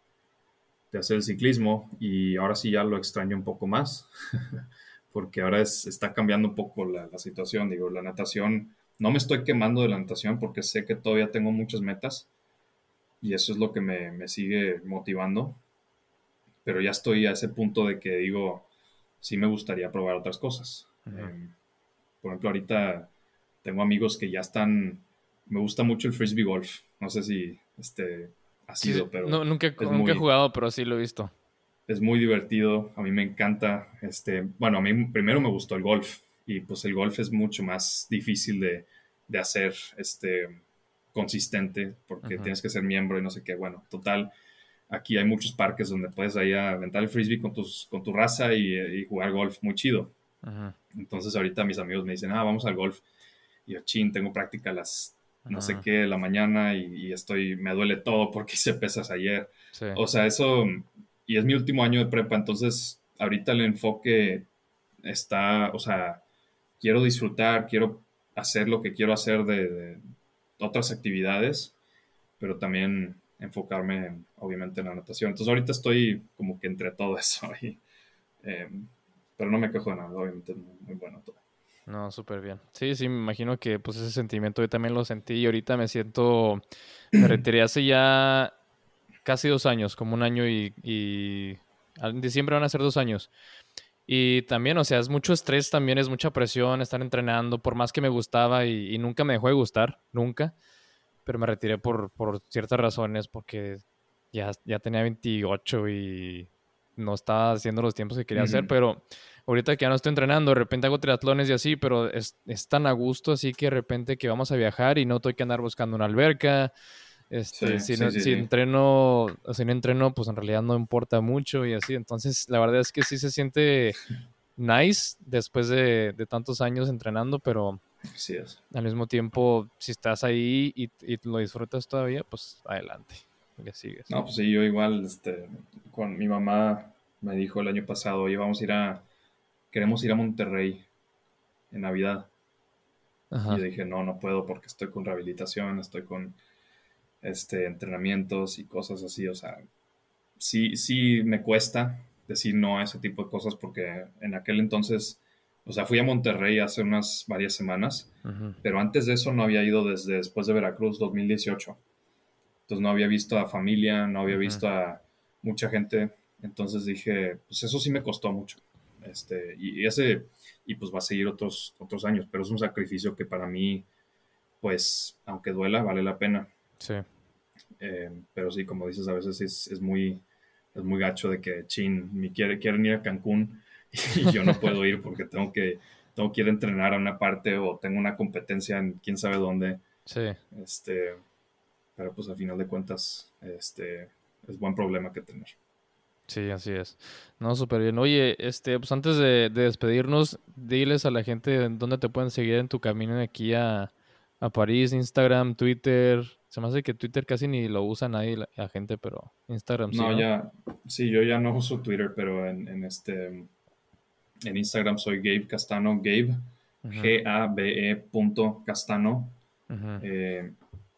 de hacer el ciclismo y ahora sí ya lo extraño un poco más, porque ahora es, está cambiando un poco la, la situación. Digo, la natación, no me estoy quemando de la natación porque sé que todavía tengo muchas metas y eso es lo que me, me sigue motivando, pero ya estoy a ese punto de que digo, sí me gustaría probar otras cosas. ujú. Eh, por ejemplo, ahorita tengo amigos que ya están, me gusta mucho el frisbee golf, no sé si este ha Sí, sí, sido, pero no, nunca, he- es nunca he muy, jugado, pero sí lo he visto. es muy divertido, a mí me encanta, este, bueno, a mí primero me gustó el golf y pues el golf es mucho más difícil de, de hacer, este, consistente porque Ujú, tienes que ser miembro y no sé qué, bueno, total, aquí hay muchos parques donde puedes ahí aventar el frisbee con, tus, con tu raza y, y jugar golf muy chido. ujú, Entonces ahorita mis amigos me dicen, ah, vamos al golf. Y yo, chin, tengo práctica a las no sé ujú. qué de la mañana y, y estoy, me duele todo porque hice pesas ayer. Sí. O sea, eso, y es mi último año de prepa, entonces ahorita el enfoque está, o sea, quiero disfrutar, quiero hacer lo que quiero hacer de, de otras actividades, pero también enfocarme en, obviamente en la natación. Entonces ahorita estoy como que entre todo eso y, eh, pero no me quejo de nada, obviamente es muy, muy bueno todo. No, súper bien. Sí, sí, me imagino que pues ese sentimiento yo también lo sentí y ahorita me siento, me retiré hace ya casi dos años, como un año y, y en diciembre van a ser dos años. Y también, o sea, es mucho estrés también, es mucha presión estar entrenando, por más que me gustaba y, y nunca me dejó de gustar, nunca, pero me retiré por, por ciertas razones, porque ya, ya tenía veintiocho y no estaba haciendo los tiempos que quería hacer, Ujú. pero ahorita que ya no estoy entrenando, de repente hago triatlones y así, pero es, es tan a gusto así que de repente que vamos a viajar y no tengo que andar buscando una alberca, Sí, este, si sí, no, sí, si sí. entreno, o si no entreno, pues en realidad no importa mucho y así. Entonces, la verdad es que sí se siente nice después de, de tantos años entrenando, pero Así es. al mismo tiempo, si estás ahí y, y lo disfrutas todavía, pues adelante, le sigues. No, pues sí, yo igual, este, con mi mamá me dijo el año pasado, oye, vamos a ir a, queremos ir a Monterrey en Navidad. Y yo Ajá. dije, no, no puedo porque estoy con rehabilitación, estoy con, este, entrenamientos y cosas así. O sea, sí, sí me cuesta decir no a ese tipo de cosas porque en aquel entonces, o sea, fui a Monterrey hace unas varias semanas, Ujú, pero antes de eso no había ido desde después de Veracruz dos mil dieciocho. Entonces no había visto a familia, no había ujú. visto a mucha gente. Entonces dije, pues eso sí me costó mucho. Este, y, y ese, y pues va a seguir otros, otros años, pero es un sacrificio que para mí, pues, aunque duela, vale la pena. Sí. Eh, pero sí, como dices, a veces es, es muy, es muy gacho de que, chin, me quiere, quieren ir a Cancún y yo no puedo ir porque tengo que, tengo que ir a entrenar a una parte o tengo una competencia en quién sabe dónde. Sí, Este, pero pues al final de cuentas, este, es buen problema que tener. sí, así es. No, súper bien. Oye, este, pues antes de, de despedirnos, diles a la gente en dónde te pueden seguir en tu camino de aquí a, a París, Instagram, Twitter. Se me hace que Twitter casi ni lo usa nadie, la, la gente, pero Instagram sí, No, ¿no? ya, sí, yo ya no uso Twitter, pero en, en este, en Instagram soy Gabe Castano, Gabe, Ujú, G-A-B-E punto Castano, ujú, eh,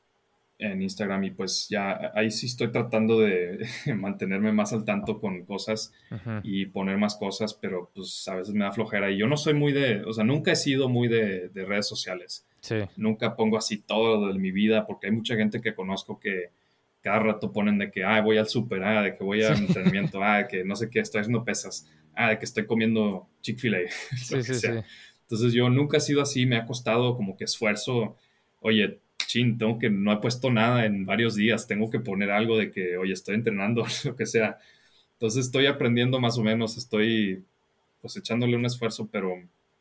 en Instagram y pues ya ahí sí estoy tratando de mantenerme más al tanto con cosas ujú. y poner más cosas, pero pues a veces me da flojera y yo no soy muy de, o sea, nunca he sido muy de, de redes sociales. Sí, Nunca pongo así todo de mi vida porque hay mucha gente que conozco que cada rato ponen de que, ah, voy al súper, ah, de que voy sí. al entrenamiento, ah, de que no sé qué, estoy haciendo pesas, ah, de que estoy comiendo Chick-fil-A, lo Sí, que sí, sí. sea. Entonces yo nunca he sido así, me ha costado como que esfuerzo, oye, chin, tengo que, no he puesto nada en varios días, tengo que poner algo de que, oye, estoy entrenando, lo que sea. Entonces estoy aprendiendo más o menos, estoy pues echándole un esfuerzo, pero...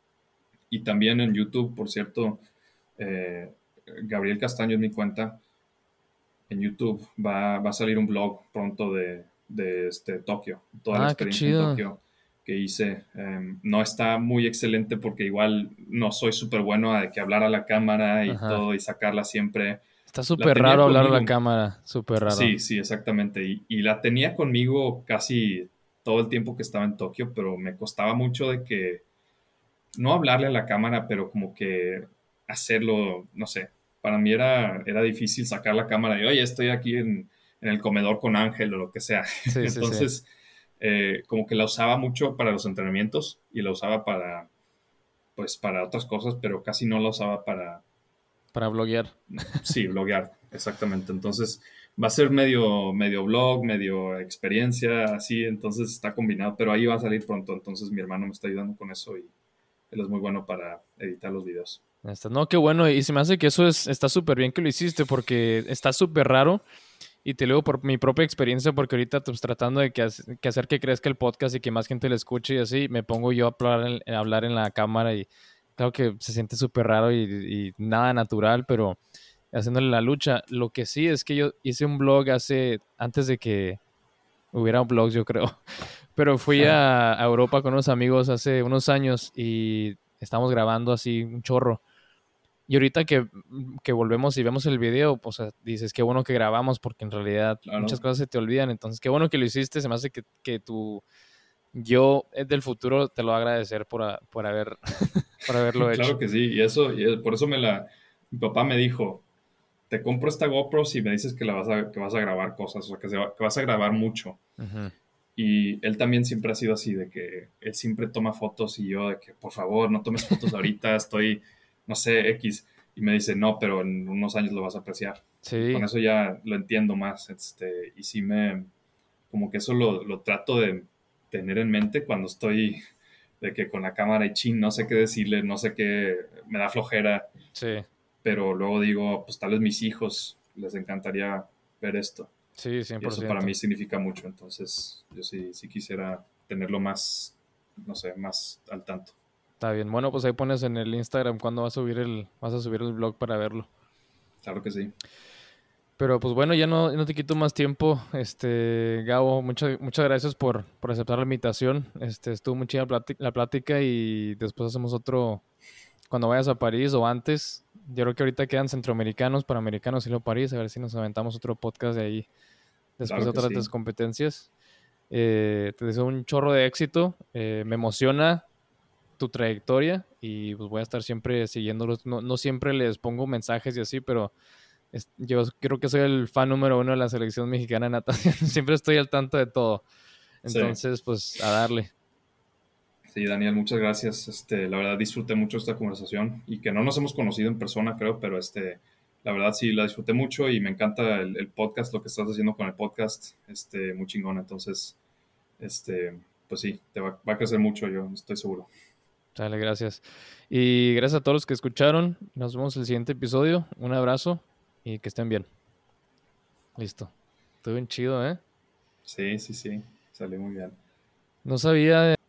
Y también en YouTube, por cierto, eh, Gabriel Castaño es mi cuenta. En YouTube va, va a salir un blog pronto de, de este, Tokio, toda la Ah, qué experiencia en chido. Tokio que hice. Eh, no está muy excelente porque igual no soy súper bueno a de que hablar a la cámara y Ajá. todo y sacarla siempre. Está La súper tenía raro hablar a la conmigo. cámara. Súper raro. Sí, sí, exactamente. Y, y la tenía conmigo casi todo el tiempo que estaba en Tokio, pero me costaba mucho de que no hablarle a la cámara, pero como que hacerlo, no sé, para mí era, era difícil sacar la cámara y, oye, estoy aquí en, en el comedor con Ángel o lo que sea. Sí, sí, sí. Entonces, eh, como que la usaba mucho para los entrenamientos y la usaba para, pues, para otras cosas, pero casi no la usaba para, Para bloguear. sí, bloguear, exactamente. Entonces, va a ser medio, medio blog, medio experiencia, así, entonces está combinado, pero ahí va a salir pronto. Entonces, mi hermano me está ayudando con eso y él es muy bueno para editar los videos. Está- No, qué bueno. Y se me hace que eso es, está súper bien que lo hiciste porque está súper raro. Y te lo digo por mi propia experiencia, porque ahorita pues tratando de que, hace- que hacer que crezca el podcast y que más gente lo escuche y así, me pongo yo a hablar en, a hablar en la cámara y claro que se siente súper raro y, y nada natural, pero haciéndole la lucha. Lo que sí es que yo hice un blog hace, antes de que hubiera blogs, yo creo, pero fui a, a Europa con unos amigos hace unos años y estamos grabando así un chorro. Y ahorita que, que volvemos y vemos el video, pues ah, dices, qué bueno que grabamos, porque en realidad muchas Claro, cosas se te olvidan. Entonces, qué bueno que lo hiciste. Se me hace que, que tu yo eh, del futuro te lo va a agradecer por, a- por, haber, por haberlo hecho. claro que sí. Y eso, y es- por eso me la, mi papá me dijo, te compro esta GoPro si me dices que la vas a, que vas a grabar cosas, o sea, que, se va- que vas a grabar mucho. Ujú. Y él también siempre ha sido así, de que él siempre toma fotos y yo de que, por favor, no tomes fotos ahorita, estoy, no sé, X. Y me dice, no, pero en unos años lo vas a apreciar. Y con Sí, eso ya lo entiendo más. Este, y sí me, como que eso lo, lo trato de tener en mente cuando estoy de que con la cámara y chin, no sé qué decirle, no sé qué, me da flojera, sí, pero luego digo, pues tal vez mis hijos les encantaría ver esto. sí, cien Y por eso para mí ciento significa mucho. Entonces, yo sí, sí quisiera tenerlo más, no sé, más al tanto. Está bien. Bueno, pues ahí pones en el Instagram cuando vas a subir el, vas a subir el blog para verlo. Claro que sí. Pero pues bueno, ya no, no te quito más tiempo. Este, Gabo, muchas, muchas gracias por, por aceptar la invitación. Este, estuvo muy chida la plati- la plática y después hacemos otro cuando vayas a París o antes. Yo creo que ahorita quedan centroamericanos, panamericanos y luego París. A ver si nos aventamos otro podcast de ahí después de Claro que otras de las sí. competencias. Eh, te deseo un chorro de éxito. Eh, me emociona tu trayectoria y pues voy a estar siempre siguiéndolos. No, no siempre les pongo mensajes y así, pero es- yo creo que soy el fan número uno de la selección mexicana de natación. Siempre estoy al tanto de todo. Sí. Entonces, pues a darle. Sí, Daniel, muchas gracias. Este, la verdad disfruté mucho esta conversación y que no nos hemos conocido en persona, creo, pero este, la verdad sí la disfruté mucho y me encanta el, el podcast, lo que estás haciendo con el podcast, este, muy chingón. Entonces, este, pues sí, te va, va a crecer mucho, yo estoy seguro. Dale, gracias. Y gracias a todos los que escucharon. Nos vemos en el siguiente episodio. Un abrazo y que estén bien. Listo. Estuvo bien chido, ¿eh? Sí, sí, sí, salió muy bien. No sabía